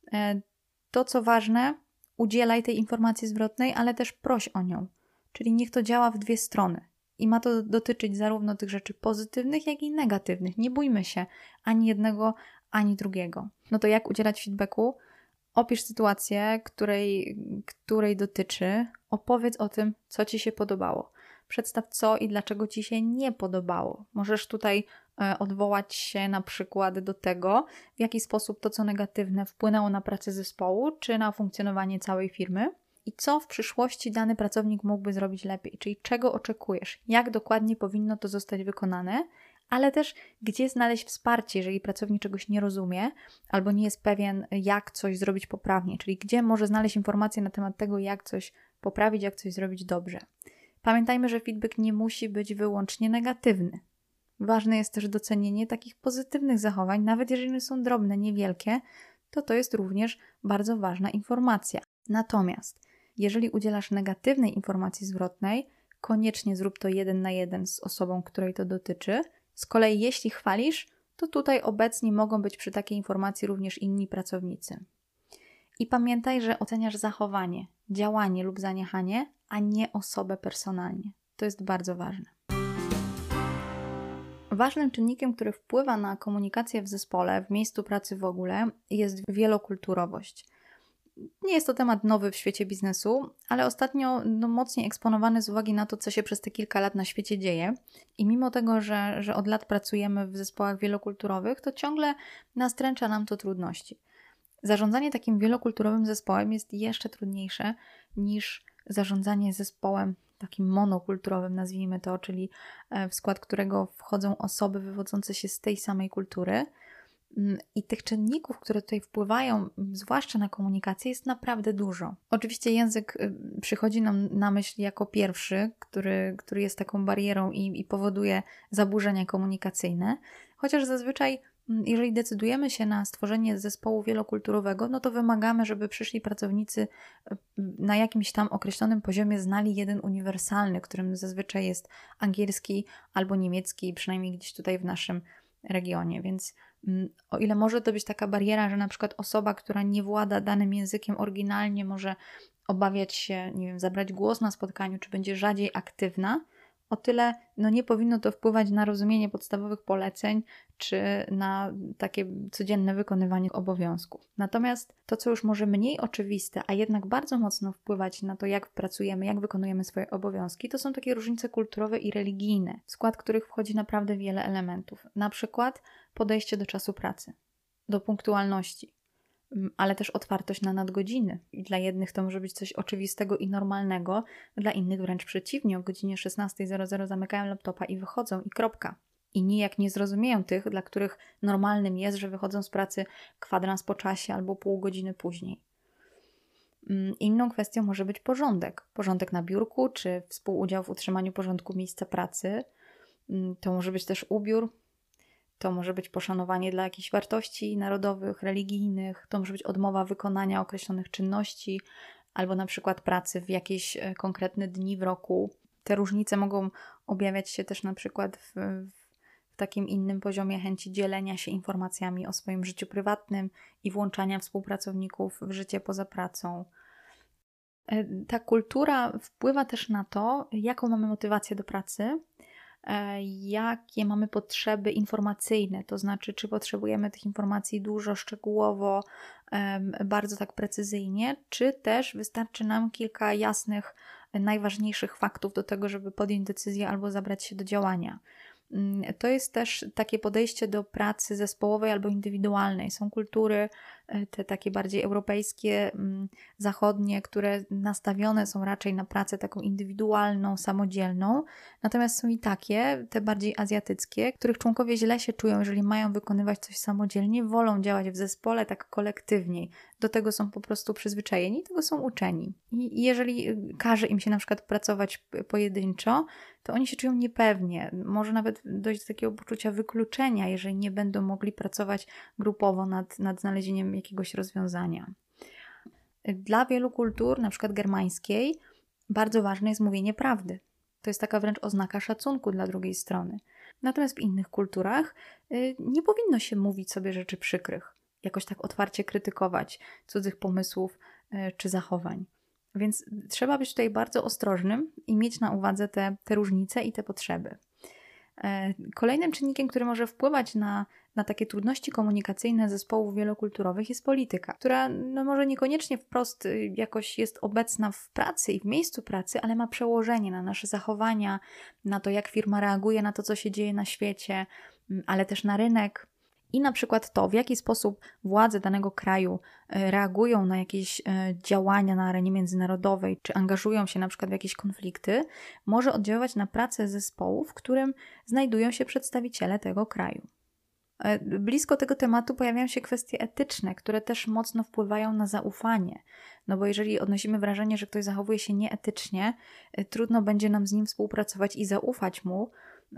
To, co ważne, udzielaj tej informacji zwrotnej, ale też proś o nią, czyli niech to działa w dwie strony. I ma to dotyczyć zarówno tych rzeczy pozytywnych, jak i negatywnych. Nie bójmy się ani jednego, ani drugiego. No to jak udzielać feedbacku? Opisz sytuację, której, której dotyczy. Opowiedz o tym, co Ci się podobało. Przedstaw, co i dlaczego Ci się nie podobało. Możesz tutaj e, odwołać się na przykład do tego, w jaki sposób to, co negatywne, wpłynęło na pracę zespołu, czy na funkcjonowanie całej firmy. I co w przyszłości dany pracownik mógłby zrobić lepiej, czyli czego oczekujesz, jak dokładnie powinno to zostać wykonane, ale też gdzie znaleźć wsparcie, jeżeli pracownik czegoś nie rozumie albo nie jest pewien, jak coś zrobić poprawnie, czyli gdzie może znaleźć informacje na temat tego, jak coś poprawić, jak coś zrobić dobrze. Pamiętajmy, że feedback nie musi być wyłącznie negatywny. Ważne jest też docenienie takich pozytywnych zachowań, nawet jeżeli one są drobne, niewielkie, to to jest również bardzo ważna informacja. Natomiast jeżeli udzielasz negatywnej informacji zwrotnej, koniecznie zrób to jeden na jeden z osobą, której to dotyczy. Z kolei jeśli chwalisz, to tutaj obecni mogą być przy takiej informacji również inni pracownicy. I pamiętaj, że oceniasz zachowanie, działanie lub zaniechanie, a nie osobę personalnie. To jest bardzo ważne. Ważnym czynnikiem, który wpływa na komunikację w zespole, w miejscu pracy w ogóle, jest wielokulturowość. Nie jest to temat nowy w świecie biznesu, ale ostatnio no, mocniej eksponowany z uwagi na to, co się przez te kilka lat na świecie dzieje. I mimo tego, że, że od lat pracujemy w zespołach wielokulturowych, to ciągle nastręcza nam to trudności. Zarządzanie takim wielokulturowym zespołem jest jeszcze trudniejsze niż zarządzanie zespołem takim monokulturowym, nazwijmy to, czyli w skład którego wchodzą osoby wywodzące się z tej samej kultury. I tych czynników, które tutaj wpływają, zwłaszcza na komunikację, jest naprawdę dużo. Oczywiście język przychodzi nam na myśl jako pierwszy, który, który jest taką barierą i, i powoduje zaburzenia komunikacyjne, chociaż zazwyczaj jeżeli decydujemy się na stworzenie zespołu wielokulturowego, no to wymagamy, żeby przyszli pracownicy na jakimś tam określonym poziomie znali jeden uniwersalny, którym zazwyczaj jest angielski albo niemiecki, przynajmniej gdzieś tutaj w naszym regionie, więc o ile może to być taka bariera, że na przykład osoba, która nie włada danym językiem oryginalnie, może obawiać się, nie wiem, zabrać głos na spotkaniu, czy będzie rzadziej aktywna, o tyle no nie powinno to wpływać na rozumienie podstawowych poleceń, czy na takie codzienne wykonywanie obowiązków. Natomiast to, co już może mniej oczywiste, a jednak bardzo mocno wpływać na to, jak pracujemy, jak wykonujemy swoje obowiązki, to są takie różnice kulturowe i religijne, w skład których wchodzi naprawdę wiele elementów. Na przykład podejście do czasu pracy, do punktualności, ale też otwartość na nadgodziny. I dla jednych to może być coś oczywistego i normalnego, dla innych wręcz przeciwnie. O godzinie szesnasta zero zero zamykają laptopa i wychodzą i kropka. I nijak nie zrozumieją tych, dla których normalnym jest, że wychodzą z pracy kwadrans po czasie albo pół godziny później. Inną kwestią może być porządek. Porządek na biurku, czy współudział w utrzymaniu porządku miejsca pracy. To może być też ubiór. To może być poszanowanie dla jakichś wartości narodowych, religijnych, to może być odmowa wykonania określonych czynności albo na przykład pracy w jakieś konkretne dni w roku. Te różnice mogą objawiać się też na przykład w, w takim innym poziomie chęci dzielenia się informacjami o swoim życiu prywatnym i włączania współpracowników w życie poza pracą. Ta kultura wpływa też na to, jaką mamy motywację do pracy, jakie mamy potrzeby informacyjne, to znaczy, czy potrzebujemy tych informacji dużo, szczegółowo, bardzo tak precyzyjnie, czy też wystarczy nam kilka jasnych, najważniejszych faktów do tego, żeby podjąć decyzję albo zabrać się do działania. To jest też takie podejście do pracy zespołowej albo indywidualnej. Są kultury, te takie bardziej europejskie, zachodnie, które nastawione są raczej na pracę taką indywidualną, samodzielną. Natomiast są i takie, te bardziej azjatyckie, których członkowie źle się czują, jeżeli mają wykonywać coś samodzielnie, wolą działać w zespole tak kolektywniej. Do tego są po prostu przyzwyczajeni, tego są uczeni. I jeżeli każe im się na przykład pracować pojedynczo, to oni się czują niepewnie. Może nawet dojść do takiego poczucia wykluczenia, jeżeli nie będą mogli pracować grupowo nad, nad znalezieniem jakiegoś rozwiązania. Dla wielu kultur, na przykład germańskiej, bardzo ważne jest mówienie prawdy. To jest taka wręcz oznaka szacunku dla drugiej strony. Natomiast w innych kulturach y, nie powinno się mówić sobie rzeczy przykrych, jakoś tak otwarcie krytykować cudzych pomysłów y, czy zachowań. Więc trzeba być tutaj bardzo ostrożnym i mieć na uwadze te, te różnice i te potrzeby. Kolejnym czynnikiem, który może wpływać na, na takie trudności komunikacyjne zespołów wielokulturowych jest polityka, która no może niekoniecznie wprost jakoś jest obecna w pracy i w miejscu pracy, ale ma przełożenie na nasze zachowania, na to, jak firma reaguje na to, co się dzieje na świecie, ale też na rynek. I na przykład to, w jaki sposób władze danego kraju reagują na jakieś działania na arenie międzynarodowej, czy angażują się na przykład w jakieś konflikty, może oddziaływać na pracę zespołu, w którym znajdują się przedstawiciele tego kraju. Blisko tego tematu pojawiają się kwestie etyczne, które też mocno wpływają na zaufanie. No bo jeżeli odnosimy wrażenie, że ktoś zachowuje się nieetycznie, trudno będzie nam z nim współpracować i zaufać mu,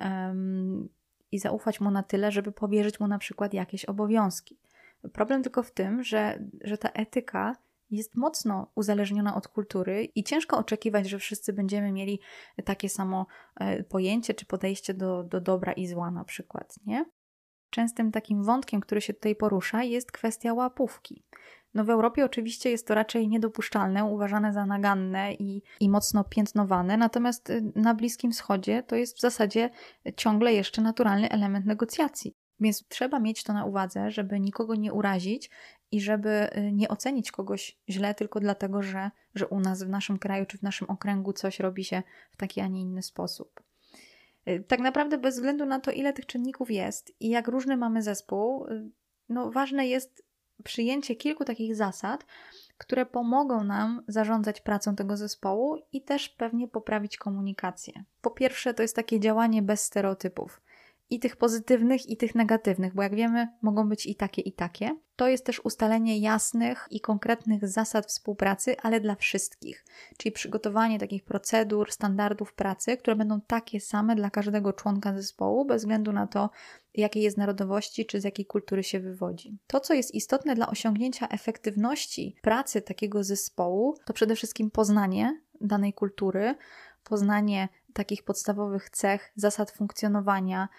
um, i zaufać mu na tyle, żeby powierzyć mu na przykład jakieś obowiązki. Problem tylko w tym, że, że ta etyka jest mocno uzależniona od kultury i ciężko oczekiwać, że wszyscy będziemy mieli takie samo pojęcie czy podejście do, do dobra i zła na przykład, nie? Częstym takim wątkiem, który się tutaj porusza, jest kwestia łapówki. No w Europie oczywiście jest to raczej niedopuszczalne, uważane za naganne i, i mocno piętnowane, natomiast na Bliskim Wschodzie to jest w zasadzie ciągle jeszcze naturalny element negocjacji. Więc trzeba mieć to na uwadze, żeby nikogo nie urazić i żeby nie ocenić kogoś źle tylko dlatego, że, że u nas w naszym kraju czy w naszym okręgu coś robi się w taki, a nie inny sposób. Tak naprawdę bez względu na to, ile tych czynników jest i jak różny mamy zespół, no ważne jest przyjęcie kilku takich zasad, które pomogą nam zarządzać pracą tego zespołu i też pewnie poprawić komunikację. Po pierwsze, to jest takie działanie bez stereotypów. I tych pozytywnych, i tych negatywnych, bo jak wiemy, mogą być i takie, i takie. To jest też ustalenie jasnych i konkretnych zasad współpracy, ale dla wszystkich. Czyli przygotowanie takich procedur, standardów pracy, które będą takie same dla każdego członka zespołu, bez względu na to, jakiej jest narodowości, czy z jakiej kultury się wywodzi. To, co jest istotne dla osiągnięcia efektywności pracy takiego zespołu, to przede wszystkim poznanie danej kultury, poznanie takich podstawowych cech, zasad funkcjonowania,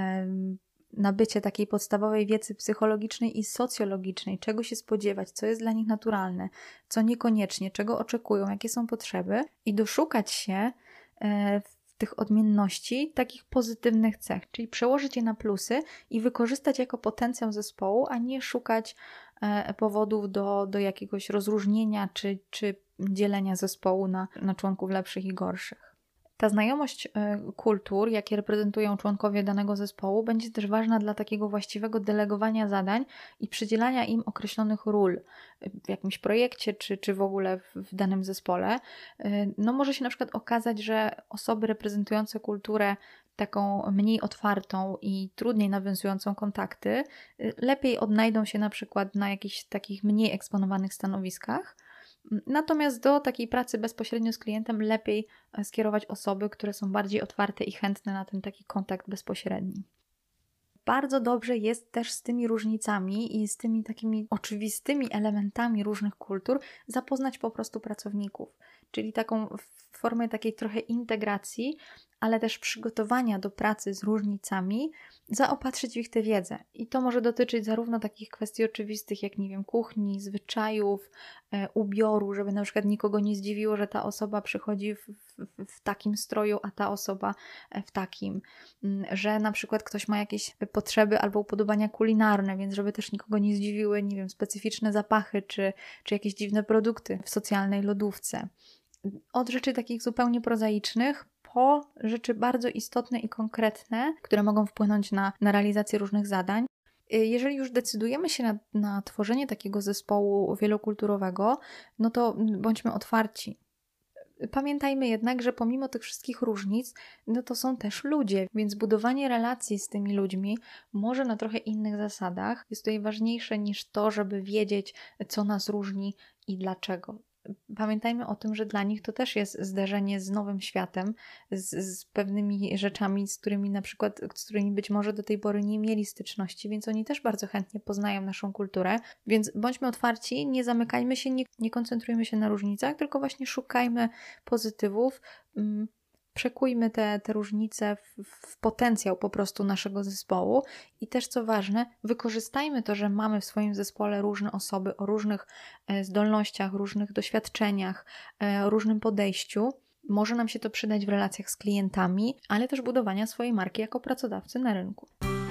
nabycie takiej podstawowej wiedzy psychologicznej i socjologicznej, czego się spodziewać, co jest dla nich naturalne, co niekoniecznie, czego oczekują, jakie są potrzeby i doszukać się w tych odmienności takich pozytywnych cech, czyli przełożyć je na plusy i wykorzystać jako potencjał zespołu, a nie szukać powodów do, do jakiegoś rozróżnienia czy, czy dzielenia zespołu na, na członków lepszych i gorszych. Ta znajomość kultur, jakie reprezentują członkowie danego zespołu, będzie też ważna dla takiego właściwego delegowania zadań i przydzielania im określonych ról w jakimś projekcie czy, czy w ogóle w, w danym zespole. No może się na przykład okazać, że osoby reprezentujące kulturę taką mniej otwartą i trudniej nawiązującą kontakty, lepiej odnajdą się na przykład na jakichś takich mniej eksponowanych stanowiskach. Natomiast do takiej pracy bezpośrednio z klientem lepiej skierować osoby, które są bardziej otwarte i chętne na ten taki kontakt bezpośredni. Bardzo dobrze jest też z tymi różnicami i z tymi takimi oczywistymi elementami różnych kultur zapoznać po prostu pracowników, czyli taką w formie takiej trochę integracji, ale też przygotowania do pracy z różnicami, zaopatrzyć w ich tę wiedzę. I to może dotyczyć zarówno takich kwestii oczywistych, jak nie wiem, kuchni, zwyczajów, e, ubioru, żeby na przykład nikogo nie zdziwiło, że ta osoba przychodzi w, w, w takim stroju, a ta osoba w takim. Że na przykład ktoś ma jakieś potrzeby albo upodobania kulinarne, więc żeby też nikogo nie zdziwiły, nie wiem, specyficzne zapachy, czy, czy jakieś dziwne produkty w socjalnej lodówce. Od rzeczy takich zupełnie prozaicznych po rzeczy bardzo istotne i konkretne, które mogą wpłynąć na, na realizację różnych zadań. Jeżeli już decydujemy się na, na tworzenie takiego zespołu wielokulturowego, no to bądźmy otwarci. Pamiętajmy jednak, że pomimo tych wszystkich różnic, no to są też ludzie, więc budowanie relacji z tymi ludźmi może na trochę innych zasadach jest tutaj ważniejsze niż to, żeby wiedzieć, co nas różni i dlaczego. Pamiętajmy o tym, że dla nich to też jest zderzenie z nowym światem, z, z pewnymi rzeczami, z którymi na przykład, z którymi być może do tej pory nie mieli styczności, więc oni też bardzo chętnie poznają naszą kulturę, więc bądźmy otwarci, nie zamykajmy się, nie, nie koncentrujmy się na różnicach, tylko właśnie szukajmy pozytywów, mm, przekujmy te, te różnice w, w potencjał po prostu naszego zespołu i też co ważne, wykorzystajmy to, że mamy w swoim zespole różne osoby o różnych zdolnościach, różnych doświadczeniach, różnym podejściu. Może nam się to przydać w relacjach z klientami, ale też budowania swojej marki jako pracodawcy na rynku.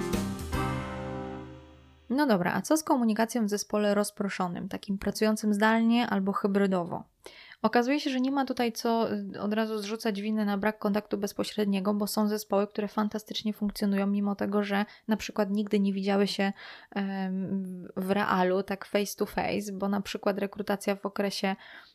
No dobra, a co z komunikacją w zespole rozproszonym, takim pracującym zdalnie albo hybrydowo? Okazuje się, że nie ma tutaj co od razu zrzucać winy na brak kontaktu bezpośredniego, bo są zespoły, które fantastycznie funkcjonują, mimo tego, że na przykład nigdy nie widziały się w realu, tak face to face, bo na przykład rekrutacja w okresie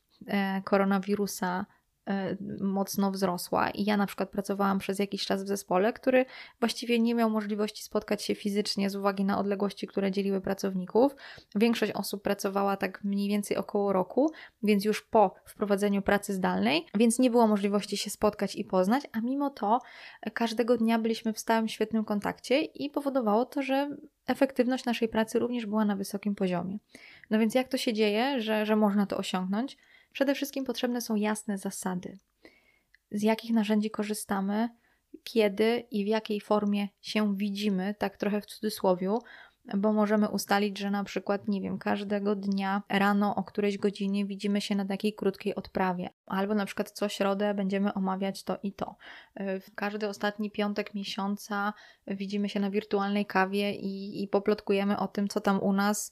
koronawirusa mocno wzrosła i ja na przykład pracowałam przez jakiś czas w zespole, który właściwie nie miał możliwości spotkać się fizycznie z uwagi na odległości, które dzieliły pracowników. Większość osób pracowała tak mniej więcej około roku, więc już po wprowadzeniu pracy zdalnej, więc nie było możliwości się spotkać i poznać, a mimo to każdego dnia byliśmy w stałym, świetnym kontakcie i powodowało to, że efektywność naszej pracy również była na wysokim poziomie. No więc jak to się dzieje, że, że można to osiągnąć? Przede wszystkim potrzebne są jasne zasady. Z jakich narzędzi korzystamy, kiedy i w jakiej formie się widzimy, tak trochę w cudzysłowiu, bo możemy ustalić, że na przykład, nie wiem, każdego dnia rano o którejś godzinie widzimy się na takiej krótkiej odprawie, albo na przykład co środę będziemy omawiać to i to. W każdy ostatni piątek miesiąca widzimy się na wirtualnej kawie i, i poplotkujemy o tym, co tam u nas,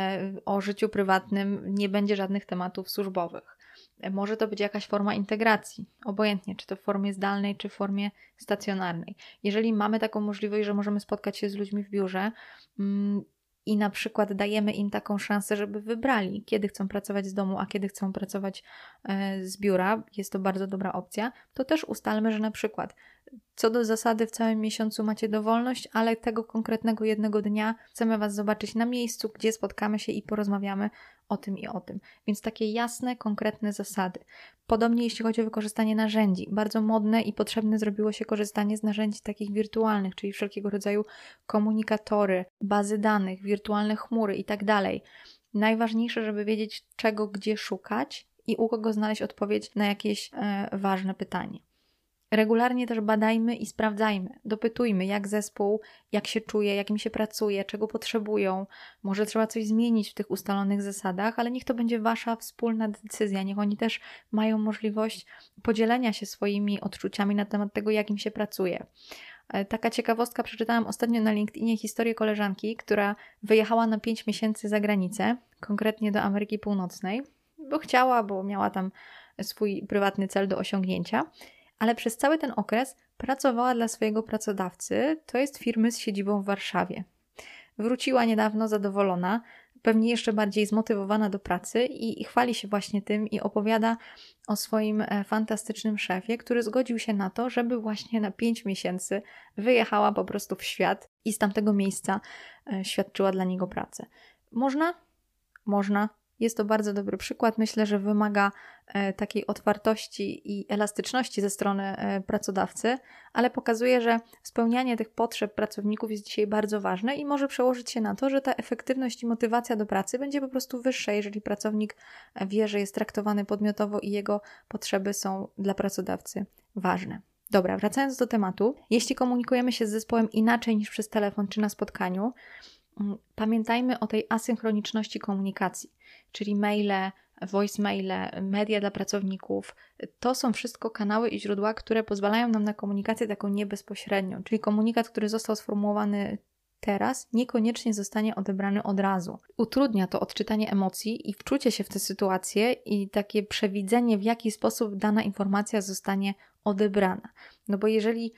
o życiu prywatnym, nie będzie żadnych tematów służbowych. Może to być jakaś forma integracji, obojętnie, czy to w formie zdalnej, czy w formie stacjonarnej. Jeżeli mamy taką możliwość, że możemy spotkać się z ludźmi w biurze mm, i na przykład dajemy im taką szansę, żeby wybrali, kiedy chcą pracować z domu, a kiedy chcą pracować e, z biura, jest to bardzo dobra opcja, to też ustalmy, że na przykład co do zasady w całym miesiącu macie dowolność, ale tego konkretnego jednego dnia chcemy Was zobaczyć na miejscu, gdzie spotkamy się i porozmawiamy o tym i o tym. Więc takie jasne, konkretne zasady. Podobnie jeśli chodzi o wykorzystanie narzędzi. Bardzo modne i potrzebne zrobiło się korzystanie z narzędzi takich wirtualnych, czyli wszelkiego rodzaju komunikatory, bazy danych, wirtualne chmury i tak dalej. Najważniejsze, żeby wiedzieć czego, gdzie szukać i u kogo znaleźć odpowiedź na jakieś e, ważne pytanie. Regularnie też badajmy i sprawdzajmy, dopytujmy jak zespół, jak się czuje, jak im się pracuje, czego potrzebują. Może trzeba coś zmienić w tych ustalonych zasadach, ale niech to będzie Wasza wspólna decyzja. Niech oni też mają możliwość podzielenia się swoimi odczuciami na temat tego, jak im się pracuje. Taka ciekawostka, przeczytałam ostatnio na LinkedInie historię koleżanki, która wyjechała na pięć miesięcy za granicę, konkretnie do Ameryki Północnej, bo chciała, bo miała tam swój prywatny cel do osiągnięcia. Ale przez cały ten okres pracowała dla swojego pracodawcy, to jest firmy z siedzibą w Warszawie. Wróciła niedawno zadowolona, pewnie jeszcze bardziej zmotywowana do pracy i, i chwali się właśnie tym i opowiada o swoim fantastycznym szefie, który zgodził się na to, żeby właśnie na pięć miesięcy wyjechała po prostu w świat i z tamtego miejsca świadczyła dla niego pracę. Można? Można. Jest to bardzo dobry przykład. Myślę, że wymaga e, takiej otwartości i elastyczności ze strony e, pracodawcy, ale pokazuje, że spełnianie tych potrzeb pracowników jest dzisiaj bardzo ważne i może przełożyć się na to, że ta efektywność i motywacja do pracy będzie po prostu wyższa, jeżeli pracownik wie, że jest traktowany podmiotowo i jego potrzeby są dla pracodawcy ważne. Dobra, wracając do tematu. Jeśli komunikujemy się z zespołem inaczej niż przez telefon czy na spotkaniu, pamiętajmy o tej asynchroniczności komunikacji, czyli maile, voicemaile, media dla pracowników. To są wszystko kanały i źródła, które pozwalają nam na komunikację taką niebezpośrednią, czyli komunikat, który został sformułowany teraz, niekoniecznie zostanie odebrany od razu. Utrudnia to odczytanie emocji i wczucie się w tę sytuację i takie przewidzenie, w jaki sposób dana informacja zostanie odebrana. No bo jeżeli,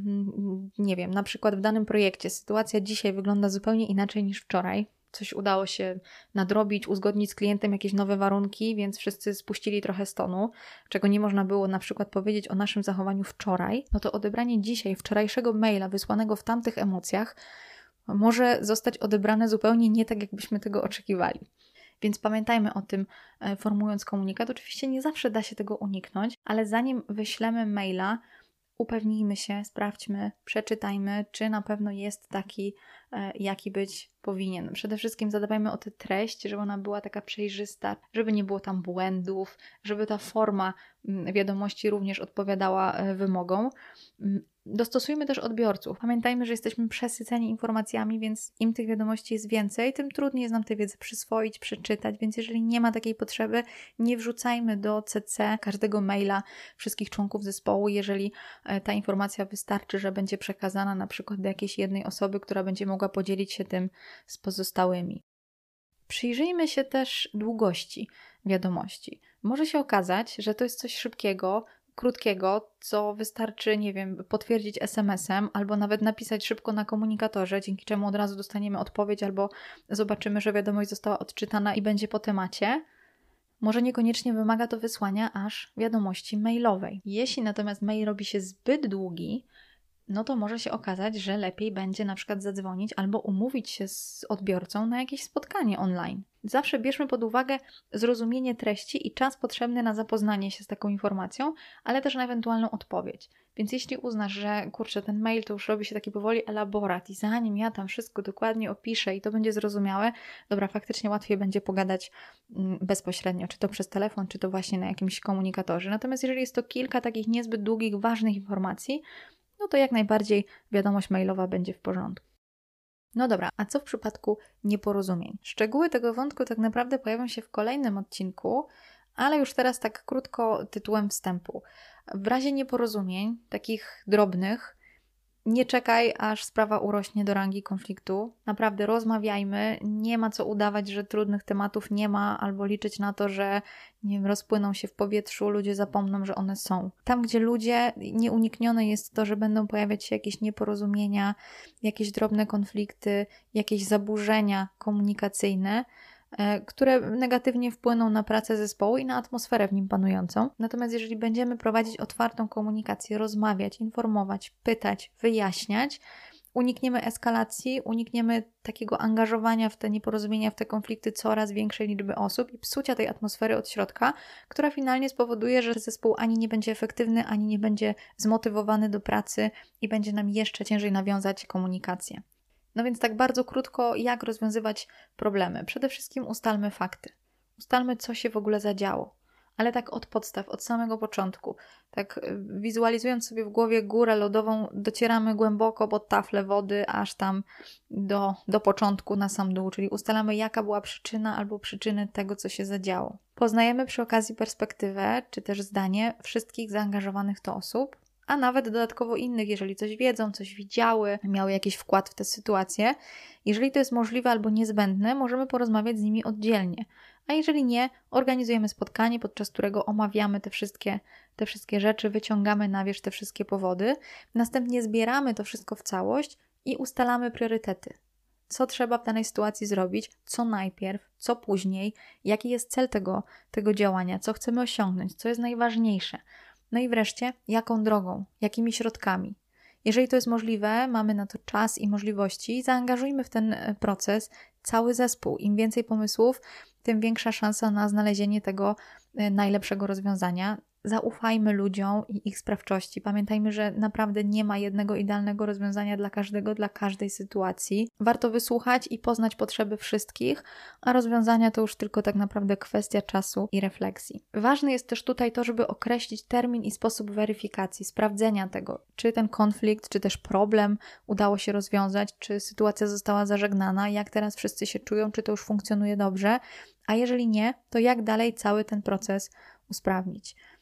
nie wiem, na przykład w danym projekcie sytuacja dzisiaj wygląda zupełnie inaczej niż wczoraj, coś udało się nadrobić, uzgodnić z klientem jakieś nowe warunki, więc wszyscy spuścili trochę z tonu, czego nie można było na przykład powiedzieć o naszym zachowaniu wczoraj, no to odebranie dzisiaj wczorajszego maila wysłanego w tamtych emocjach może zostać odebrane zupełnie nie tak, jakbyśmy tego oczekiwali. Więc pamiętajmy o tym, formułując komunikat. Oczywiście nie zawsze da się tego uniknąć, ale zanim wyślemy maila, upewnijmy się, sprawdźmy, przeczytajmy, czy na pewno jest taki, jaki być powinien. Przede wszystkim zadbajmy o tę treść, żeby ona była taka przejrzysta, żeby nie było tam błędów, żeby ta forma wiadomości również odpowiadała wymogom. Dostosujmy też odbiorców. Pamiętajmy, że jesteśmy przesyceni informacjami, więc im tych wiadomości jest więcej, tym trudniej jest nam tę wiedzę przyswoić, przeczytać, więc jeżeli nie ma takiej potrzeby, nie wrzucajmy do C C każdego maila wszystkich członków zespołu, jeżeli ta informacja wystarczy, że będzie przekazana na przykład do jakiejś jednej osoby, która będzie mogła podzielić się tym z pozostałymi. Przyjrzyjmy się też długości wiadomości. Może się okazać, że to jest coś szybkiego, krótkiego, co wystarczy, nie wiem, potwierdzić es em esem albo nawet napisać szybko na komunikatorze, dzięki czemu od razu dostaniemy odpowiedź albo zobaczymy, że wiadomość została odczytana i będzie po temacie. Może niekoniecznie wymaga to wysłania aż wiadomości mailowej. Jeśli natomiast mail robi się zbyt długi, no to może się okazać, że lepiej będzie na przykład zadzwonić albo umówić się z odbiorcą na jakieś spotkanie online. Zawsze bierzmy pod uwagę zrozumienie treści i czas potrzebny na zapoznanie się z taką informacją, ale też na ewentualną odpowiedź. Więc jeśli uznasz, że kurczę, ten mail to już robi się taki powoli elaborat i zanim ja tam wszystko dokładnie opiszę i to będzie zrozumiałe, dobra, faktycznie łatwiej będzie pogadać bezpośrednio, czy to przez telefon, czy to właśnie na jakimś komunikatorze. Natomiast jeżeli jest to kilka takich niezbyt długich, ważnych informacji, no to jak najbardziej wiadomość mailowa będzie w porządku. No dobra, a co w przypadku nieporozumień? Szczegóły tego wątku tak naprawdę pojawią się w kolejnym odcinku, ale już teraz tak krótko tytułem wstępu. W razie nieporozumień, takich drobnych, nie czekaj, aż sprawa urośnie do rangi konfliktu. Naprawdę rozmawiajmy, nie ma co udawać, że trudnych tematów nie ma, albo liczyć na to, że nie wiem, rozpłyną się w powietrzu, ludzie zapomną, że one są. Tam, gdzie ludzie, nieuniknione jest to, że będą pojawiać się jakieś nieporozumienia, jakieś drobne konflikty, jakieś zaburzenia komunikacyjne, które negatywnie wpłyną na pracę zespołu i na atmosferę w nim panującą. Natomiast jeżeli będziemy prowadzić otwartą komunikację, rozmawiać, informować, pytać, wyjaśniać, unikniemy eskalacji, unikniemy takiego angażowania w te nieporozumienia, w te konflikty coraz większej liczby osób i psucia tej atmosfery od środka, która finalnie spowoduje, że zespół ani nie będzie efektywny, ani nie będzie zmotywowany do pracy i będzie nam jeszcze ciężej nawiązać komunikację. No więc tak bardzo krótko, jak rozwiązywać problemy. Przede wszystkim ustalmy fakty. Ustalmy, co się w ogóle zadziało. Ale tak od podstaw, od samego początku. Tak wizualizując sobie w głowie górę lodową, docieramy głęboko pod taflę wody, aż tam do, do początku, na sam dół. Czyli ustalamy, jaka była przyczyna albo przyczyny tego, co się zadziało. Poznajemy przy okazji perspektywę, czy też zdanie wszystkich zaangażowanych w to osób, a nawet dodatkowo innych, jeżeli coś wiedzą, coś widziały, miały jakiś wkład w tę sytuację. Jeżeli to jest możliwe albo niezbędne, możemy porozmawiać z nimi oddzielnie. A jeżeli nie, organizujemy spotkanie, podczas którego omawiamy te wszystkie, te wszystkie rzeczy, wyciągamy na wierzch te wszystkie powody. Następnie zbieramy to wszystko w całość i ustalamy priorytety. Co trzeba w danej sytuacji zrobić, co najpierw, co później, jaki jest cel tego, tego działania, co chcemy osiągnąć, co jest najważniejsze. No i wreszcie, jaką drogą, jakimi środkami. Jeżeli to jest możliwe, mamy na to czas i możliwości, zaangażujmy w ten proces cały zespół. Im więcej pomysłów, tym większa szansa na znalezienie tego najlepszego rozwiązania. Zaufajmy ludziom i ich sprawczości. Pamiętajmy, że naprawdę nie ma jednego idealnego rozwiązania dla każdego, dla każdej sytuacji. Warto wysłuchać i poznać potrzeby wszystkich, a rozwiązania to już tylko tak naprawdę kwestia czasu i refleksji. Ważne jest też tutaj to, żeby określić termin i sposób weryfikacji, sprawdzenia tego, czy ten konflikt, czy też problem udało się rozwiązać, czy sytuacja została zażegnana, jak teraz wszyscy się czują, czy to już funkcjonuje dobrze, a jeżeli nie, to jak dalej cały ten proces usprawnić.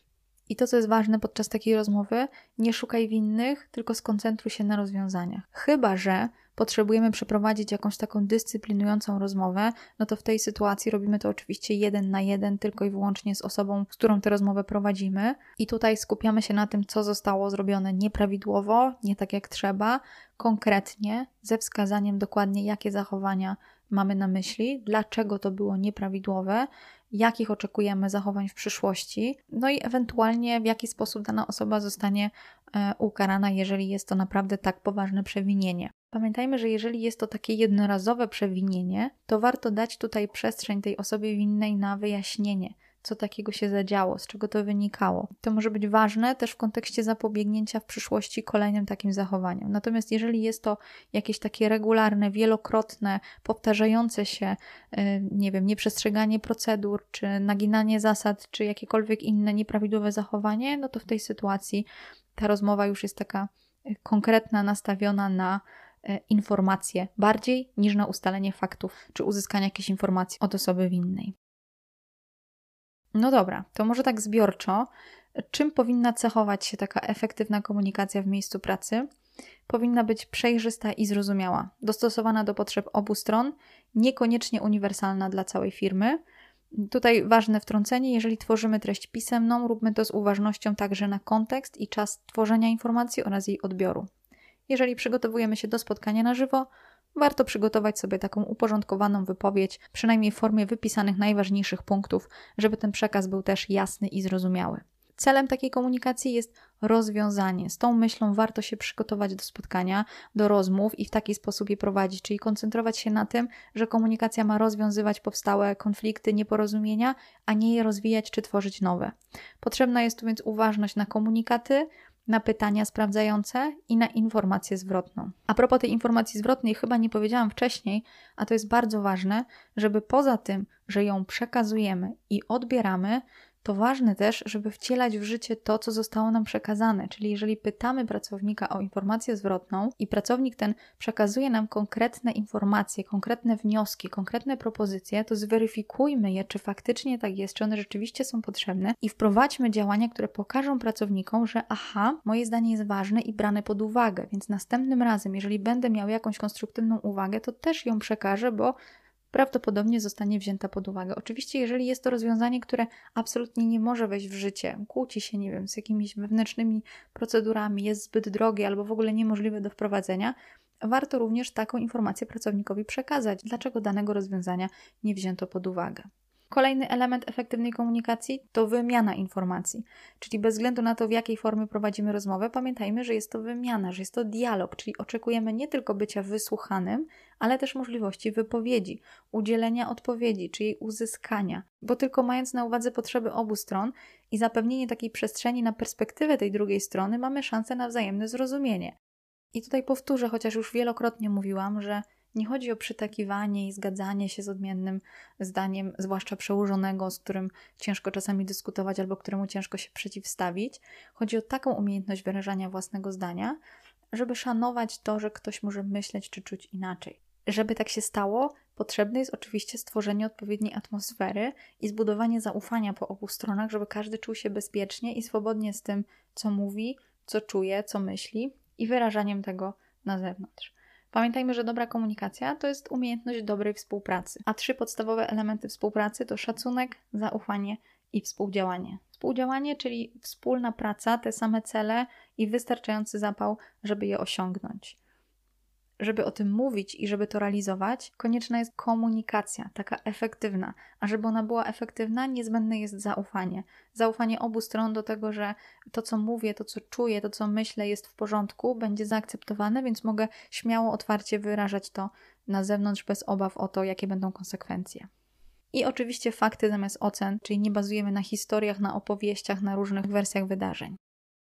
I to, co jest ważne podczas takiej rozmowy, nie szukaj winnych, tylko skoncentruj się na rozwiązaniach. Chyba że potrzebujemy przeprowadzić jakąś taką dyscyplinującą rozmowę, no to w tej sytuacji robimy to oczywiście jeden na jeden, tylko i wyłącznie z osobą, z którą tę rozmowę prowadzimy. I tutaj skupiamy się na tym, co zostało zrobione nieprawidłowo, nie tak jak trzeba, konkretnie, ze wskazaniem dokładnie, jakie zachowania mamy na myśli, dlaczego to było nieprawidłowe, jakich oczekujemy zachowań w przyszłości, no i ewentualnie w jaki sposób dana osoba zostanie e, ukarana, jeżeli jest to naprawdę tak poważne przewinienie. Pamiętajmy, że jeżeli jest to takie jednorazowe przewinienie, to warto dać tutaj przestrzeń tej osobie winnej na wyjaśnienie, co takiego się zadziało, z czego to wynikało. To może być ważne też w kontekście zapobiegnięcia w przyszłości kolejnym takim zachowaniom. Natomiast jeżeli jest to jakieś takie regularne, wielokrotne, powtarzające się, nie wiem, nieprzestrzeganie procedur, czy naginanie zasad, czy jakiekolwiek inne nieprawidłowe zachowanie, no to w tej sytuacji ta rozmowa już jest taka konkretna, nastawiona na informacje bardziej niż na ustalenie faktów, czy uzyskanie jakiejś informacji od osoby winnej. No dobra, to może tak zbiorczo. Czym powinna cechować się taka efektywna komunikacja w miejscu pracy? Powinna być przejrzysta i zrozumiała, dostosowana do potrzeb obu stron, niekoniecznie uniwersalna dla całej firmy. Tutaj ważne wtrącenie, jeżeli tworzymy treść pisemną, róbmy to z uważnością także na kontekst i czas tworzenia informacji oraz jej odbioru. Jeżeli przygotowujemy się do spotkania na żywo, warto przygotować sobie taką uporządkowaną wypowiedź, przynajmniej w formie wypisanych najważniejszych punktów, żeby ten przekaz był też jasny i zrozumiały. Celem takiej komunikacji jest rozwiązanie. Z tą myślą warto się przygotować do spotkania, do rozmów i w taki sposób je prowadzić, czyli koncentrować się na tym, że komunikacja ma rozwiązywać powstałe konflikty, nieporozumienia, a nie je rozwijać czy tworzyć nowe. Potrzebna jest tu więc uważność na komunikaty, na pytania sprawdzające i na informację zwrotną. A propos tej informacji zwrotnej, chyba nie powiedziałam wcześniej, a to jest bardzo ważne, żeby poza tym, że ją przekazujemy i odbieramy, to ważne też, żeby wcielać w życie to, co zostało nam przekazane. Czyli jeżeli pytamy pracownika o informację zwrotną i pracownik ten przekazuje nam konkretne informacje, konkretne wnioski, konkretne propozycje, to zweryfikujmy je, czy faktycznie tak jest, czy one rzeczywiście są potrzebne i wprowadźmy działania, które pokażą pracownikom, że aha, moje zdanie jest ważne i brane pod uwagę, więc następnym razem, jeżeli będę miał jakąś konstruktywną uwagę, to też ją przekażę, bo prawdopodobnie zostanie wzięta pod uwagę. Oczywiście, jeżeli jest to rozwiązanie, które absolutnie nie może wejść w życie, kłóci się, nie wiem, z jakimiś wewnętrznymi procedurami, jest zbyt drogie albo w ogóle niemożliwe do wprowadzenia, warto również taką informację pracownikowi przekazać, dlaczego danego rozwiązania nie wzięto pod uwagę. Kolejny element efektywnej komunikacji to wymiana informacji, czyli bez względu na to, w jakiej formie prowadzimy rozmowę, pamiętajmy, że jest to wymiana, że jest to dialog, czyli oczekujemy nie tylko bycia wysłuchanym, ale też możliwości wypowiedzi, udzielenia odpowiedzi, czy jej uzyskania, bo tylko mając na uwadze potrzeby obu stron i zapewnienie takiej przestrzeni na perspektywę tej drugiej strony, mamy szansę na wzajemne zrozumienie. I tutaj powtórzę, chociaż już wielokrotnie mówiłam, że nie chodzi o przytakiwanie i zgadzanie się z odmiennym zdaniem, zwłaszcza przełożonego, z którym ciężko czasami dyskutować albo któremu ciężko się przeciwstawić. Chodzi o taką umiejętność wyrażania własnego zdania, żeby szanować to, że ktoś może myśleć czy czuć inaczej. Żeby tak się stało, potrzebne jest oczywiście stworzenie odpowiedniej atmosfery i zbudowanie zaufania po obu stronach, żeby każdy czuł się bezpiecznie i swobodnie z tym, co mówi, co czuje, co myśli i wyrażaniem tego na zewnątrz. Pamiętajmy, że dobra komunikacja to jest umiejętność dobrej współpracy, a trzy podstawowe elementy współpracy to szacunek, zaufanie i współdziałanie. Współdziałanie, czyli wspólna praca, te same cele i wystarczający zapał, żeby je osiągnąć. Żeby o tym mówić i żeby to realizować, konieczna jest komunikacja, taka efektywna. A żeby ona była efektywna, niezbędne jest zaufanie. Zaufanie obu stron do tego, że to, co mówię, to, co czuję, to, co myślę, jest w porządku, będzie zaakceptowane, więc mogę śmiało, otwarcie wyrażać to na zewnątrz bez obaw o to, jakie będą konsekwencje. I oczywiście fakty zamiast ocen, czyli nie bazujemy na historiach, na opowieściach, na różnych wersjach wydarzeń.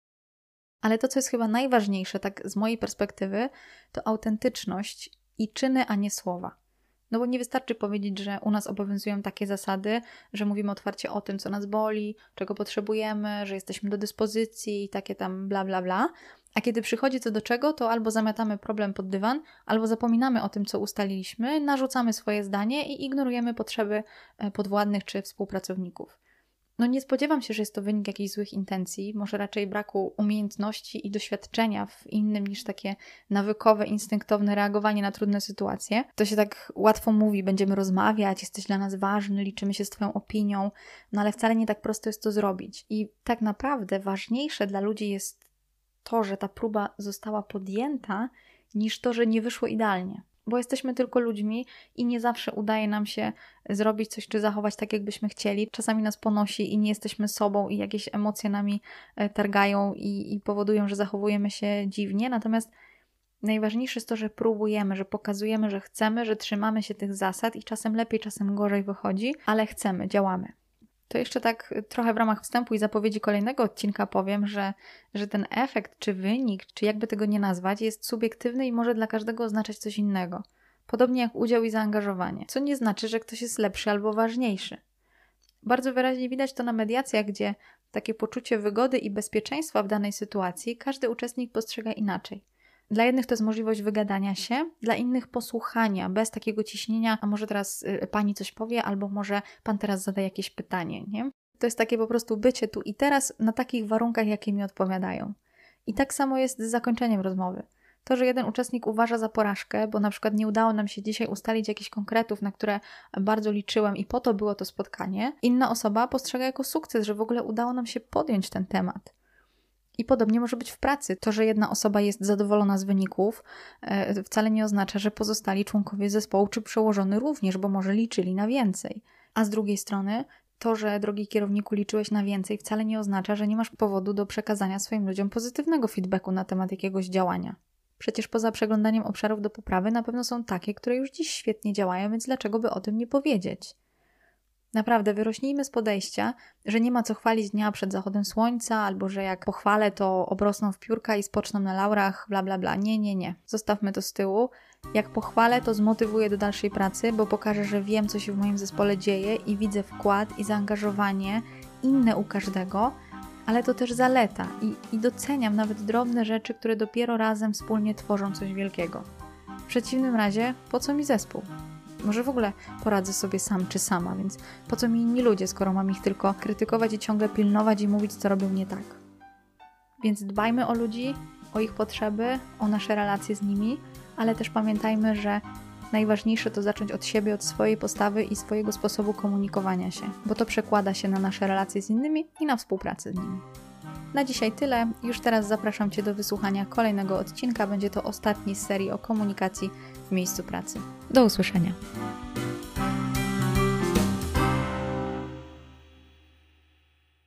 Ale to, co jest chyba najważniejsze, tak z mojej perspektywy, to autentyczność i czyny, a nie słowa. No bo nie wystarczy powiedzieć, że u nas obowiązują takie zasady, że mówimy otwarcie o tym, co nas boli, czego potrzebujemy, że jesteśmy do dyspozycji i takie tam bla bla bla. A kiedy przychodzi co do czego, to albo zamiatamy problem pod dywan, albo zapominamy o tym, co ustaliliśmy, narzucamy swoje zdanie i ignorujemy potrzeby podwładnych czy współpracowników. No nie spodziewam się, że jest to wynik jakichś złych intencji, może raczej braku umiejętności i doświadczenia w innym niż takie nawykowe, instynktowne reagowanie na trudne sytuacje. To się tak łatwo mówi, będziemy rozmawiać, jesteś dla nas ważny, liczymy się z Twoją opinią, no ale wcale nie tak prosto jest to zrobić. I tak naprawdę ważniejsze dla ludzi jest to, że ta próba została podjęta, niż to, że nie wyszło idealnie. Bo jesteśmy tylko ludźmi i nie zawsze udaje nam się zrobić coś czy zachować tak, jakbyśmy chcieli. Czasami nas ponosi i nie jesteśmy sobą i jakieś emocje nami targają i, i powodują, że zachowujemy się dziwnie. Natomiast najważniejsze jest to, że próbujemy, że pokazujemy, że chcemy, że trzymamy się tych zasad i czasem lepiej, czasem gorzej wychodzi, ale chcemy, działamy. To jeszcze tak trochę w ramach wstępu i zapowiedzi kolejnego odcinka powiem, że, że ten efekt, czy wynik, czy jakby tego nie nazwać, jest subiektywny i może dla każdego oznaczać coś innego. Podobnie jak udział i zaangażowanie, co nie znaczy, że ktoś jest lepszy albo ważniejszy. Bardzo wyraźnie widać to na mediacjach, gdzie takie poczucie wygody i bezpieczeństwa w danej sytuacji każdy uczestnik postrzega inaczej. Dla jednych to jest możliwość wygadania się, dla innych posłuchania, bez takiego ciśnienia, a może teraz y, pani coś powie, albo może pan teraz zada jakieś pytanie, nie? To jest takie po prostu bycie tu i teraz na takich warunkach, jakie mi odpowiadają. I tak samo jest z zakończeniem rozmowy. To, że jeden uczestnik uważa za porażkę, bo na przykład nie udało nam się dzisiaj ustalić jakichś konkretów, na które bardzo liczyłem i po to było to spotkanie, inna osoba postrzega jako sukces, że w ogóle udało nam się podjąć ten temat. I podobnie może być w pracy. To, że jedna osoba jest zadowolona z wyników, e, wcale nie oznacza, że pozostali członkowie zespołu czy przełożony również, bo może liczyli na więcej. A z drugiej strony, to, że drogi kierowniku liczyłeś na więcej, wcale nie oznacza, że nie masz powodu do przekazania swoim ludziom pozytywnego feedbacku na temat jakiegoś działania. Przecież poza przeglądaniem obszarów do poprawy na pewno są takie, które już dziś świetnie działają, więc dlaczego by o tym nie powiedzieć? Naprawdę, wyrośnijmy z podejścia, że nie ma co chwalić dnia przed zachodem słońca, albo że jak pochwalę, to obrosną w piórka i spoczną na laurach, bla bla bla. Nie, nie, nie. Zostawmy to z tyłu. Jak pochwalę, to zmotywuję do dalszej pracy, bo pokażę, że wiem, co się w moim zespole dzieje i widzę wkład i zaangażowanie inne u każdego, ale to też zaleta i, i doceniam nawet drobne rzeczy, które dopiero razem wspólnie tworzą coś wielkiego. W przeciwnym razie, po co mi zespół? Może w ogóle poradzę sobie sam czy sama, więc po co mi inni ludzie, skoro mam ich tylko krytykować i ciągle pilnować i mówić, co robią nie tak. Więc dbajmy o ludzi, o ich potrzeby, o nasze relacje z nimi, ale też pamiętajmy, że najważniejsze to zacząć od siebie, od swojej postawy i swojego sposobu komunikowania się, bo to przekłada się na nasze relacje z innymi i na współpracę z nimi. Na dzisiaj tyle. Już teraz zapraszam Cię do wysłuchania kolejnego odcinka. Będzie to ostatni z serii o komunikacji w miejscu pracy. Do usłyszenia.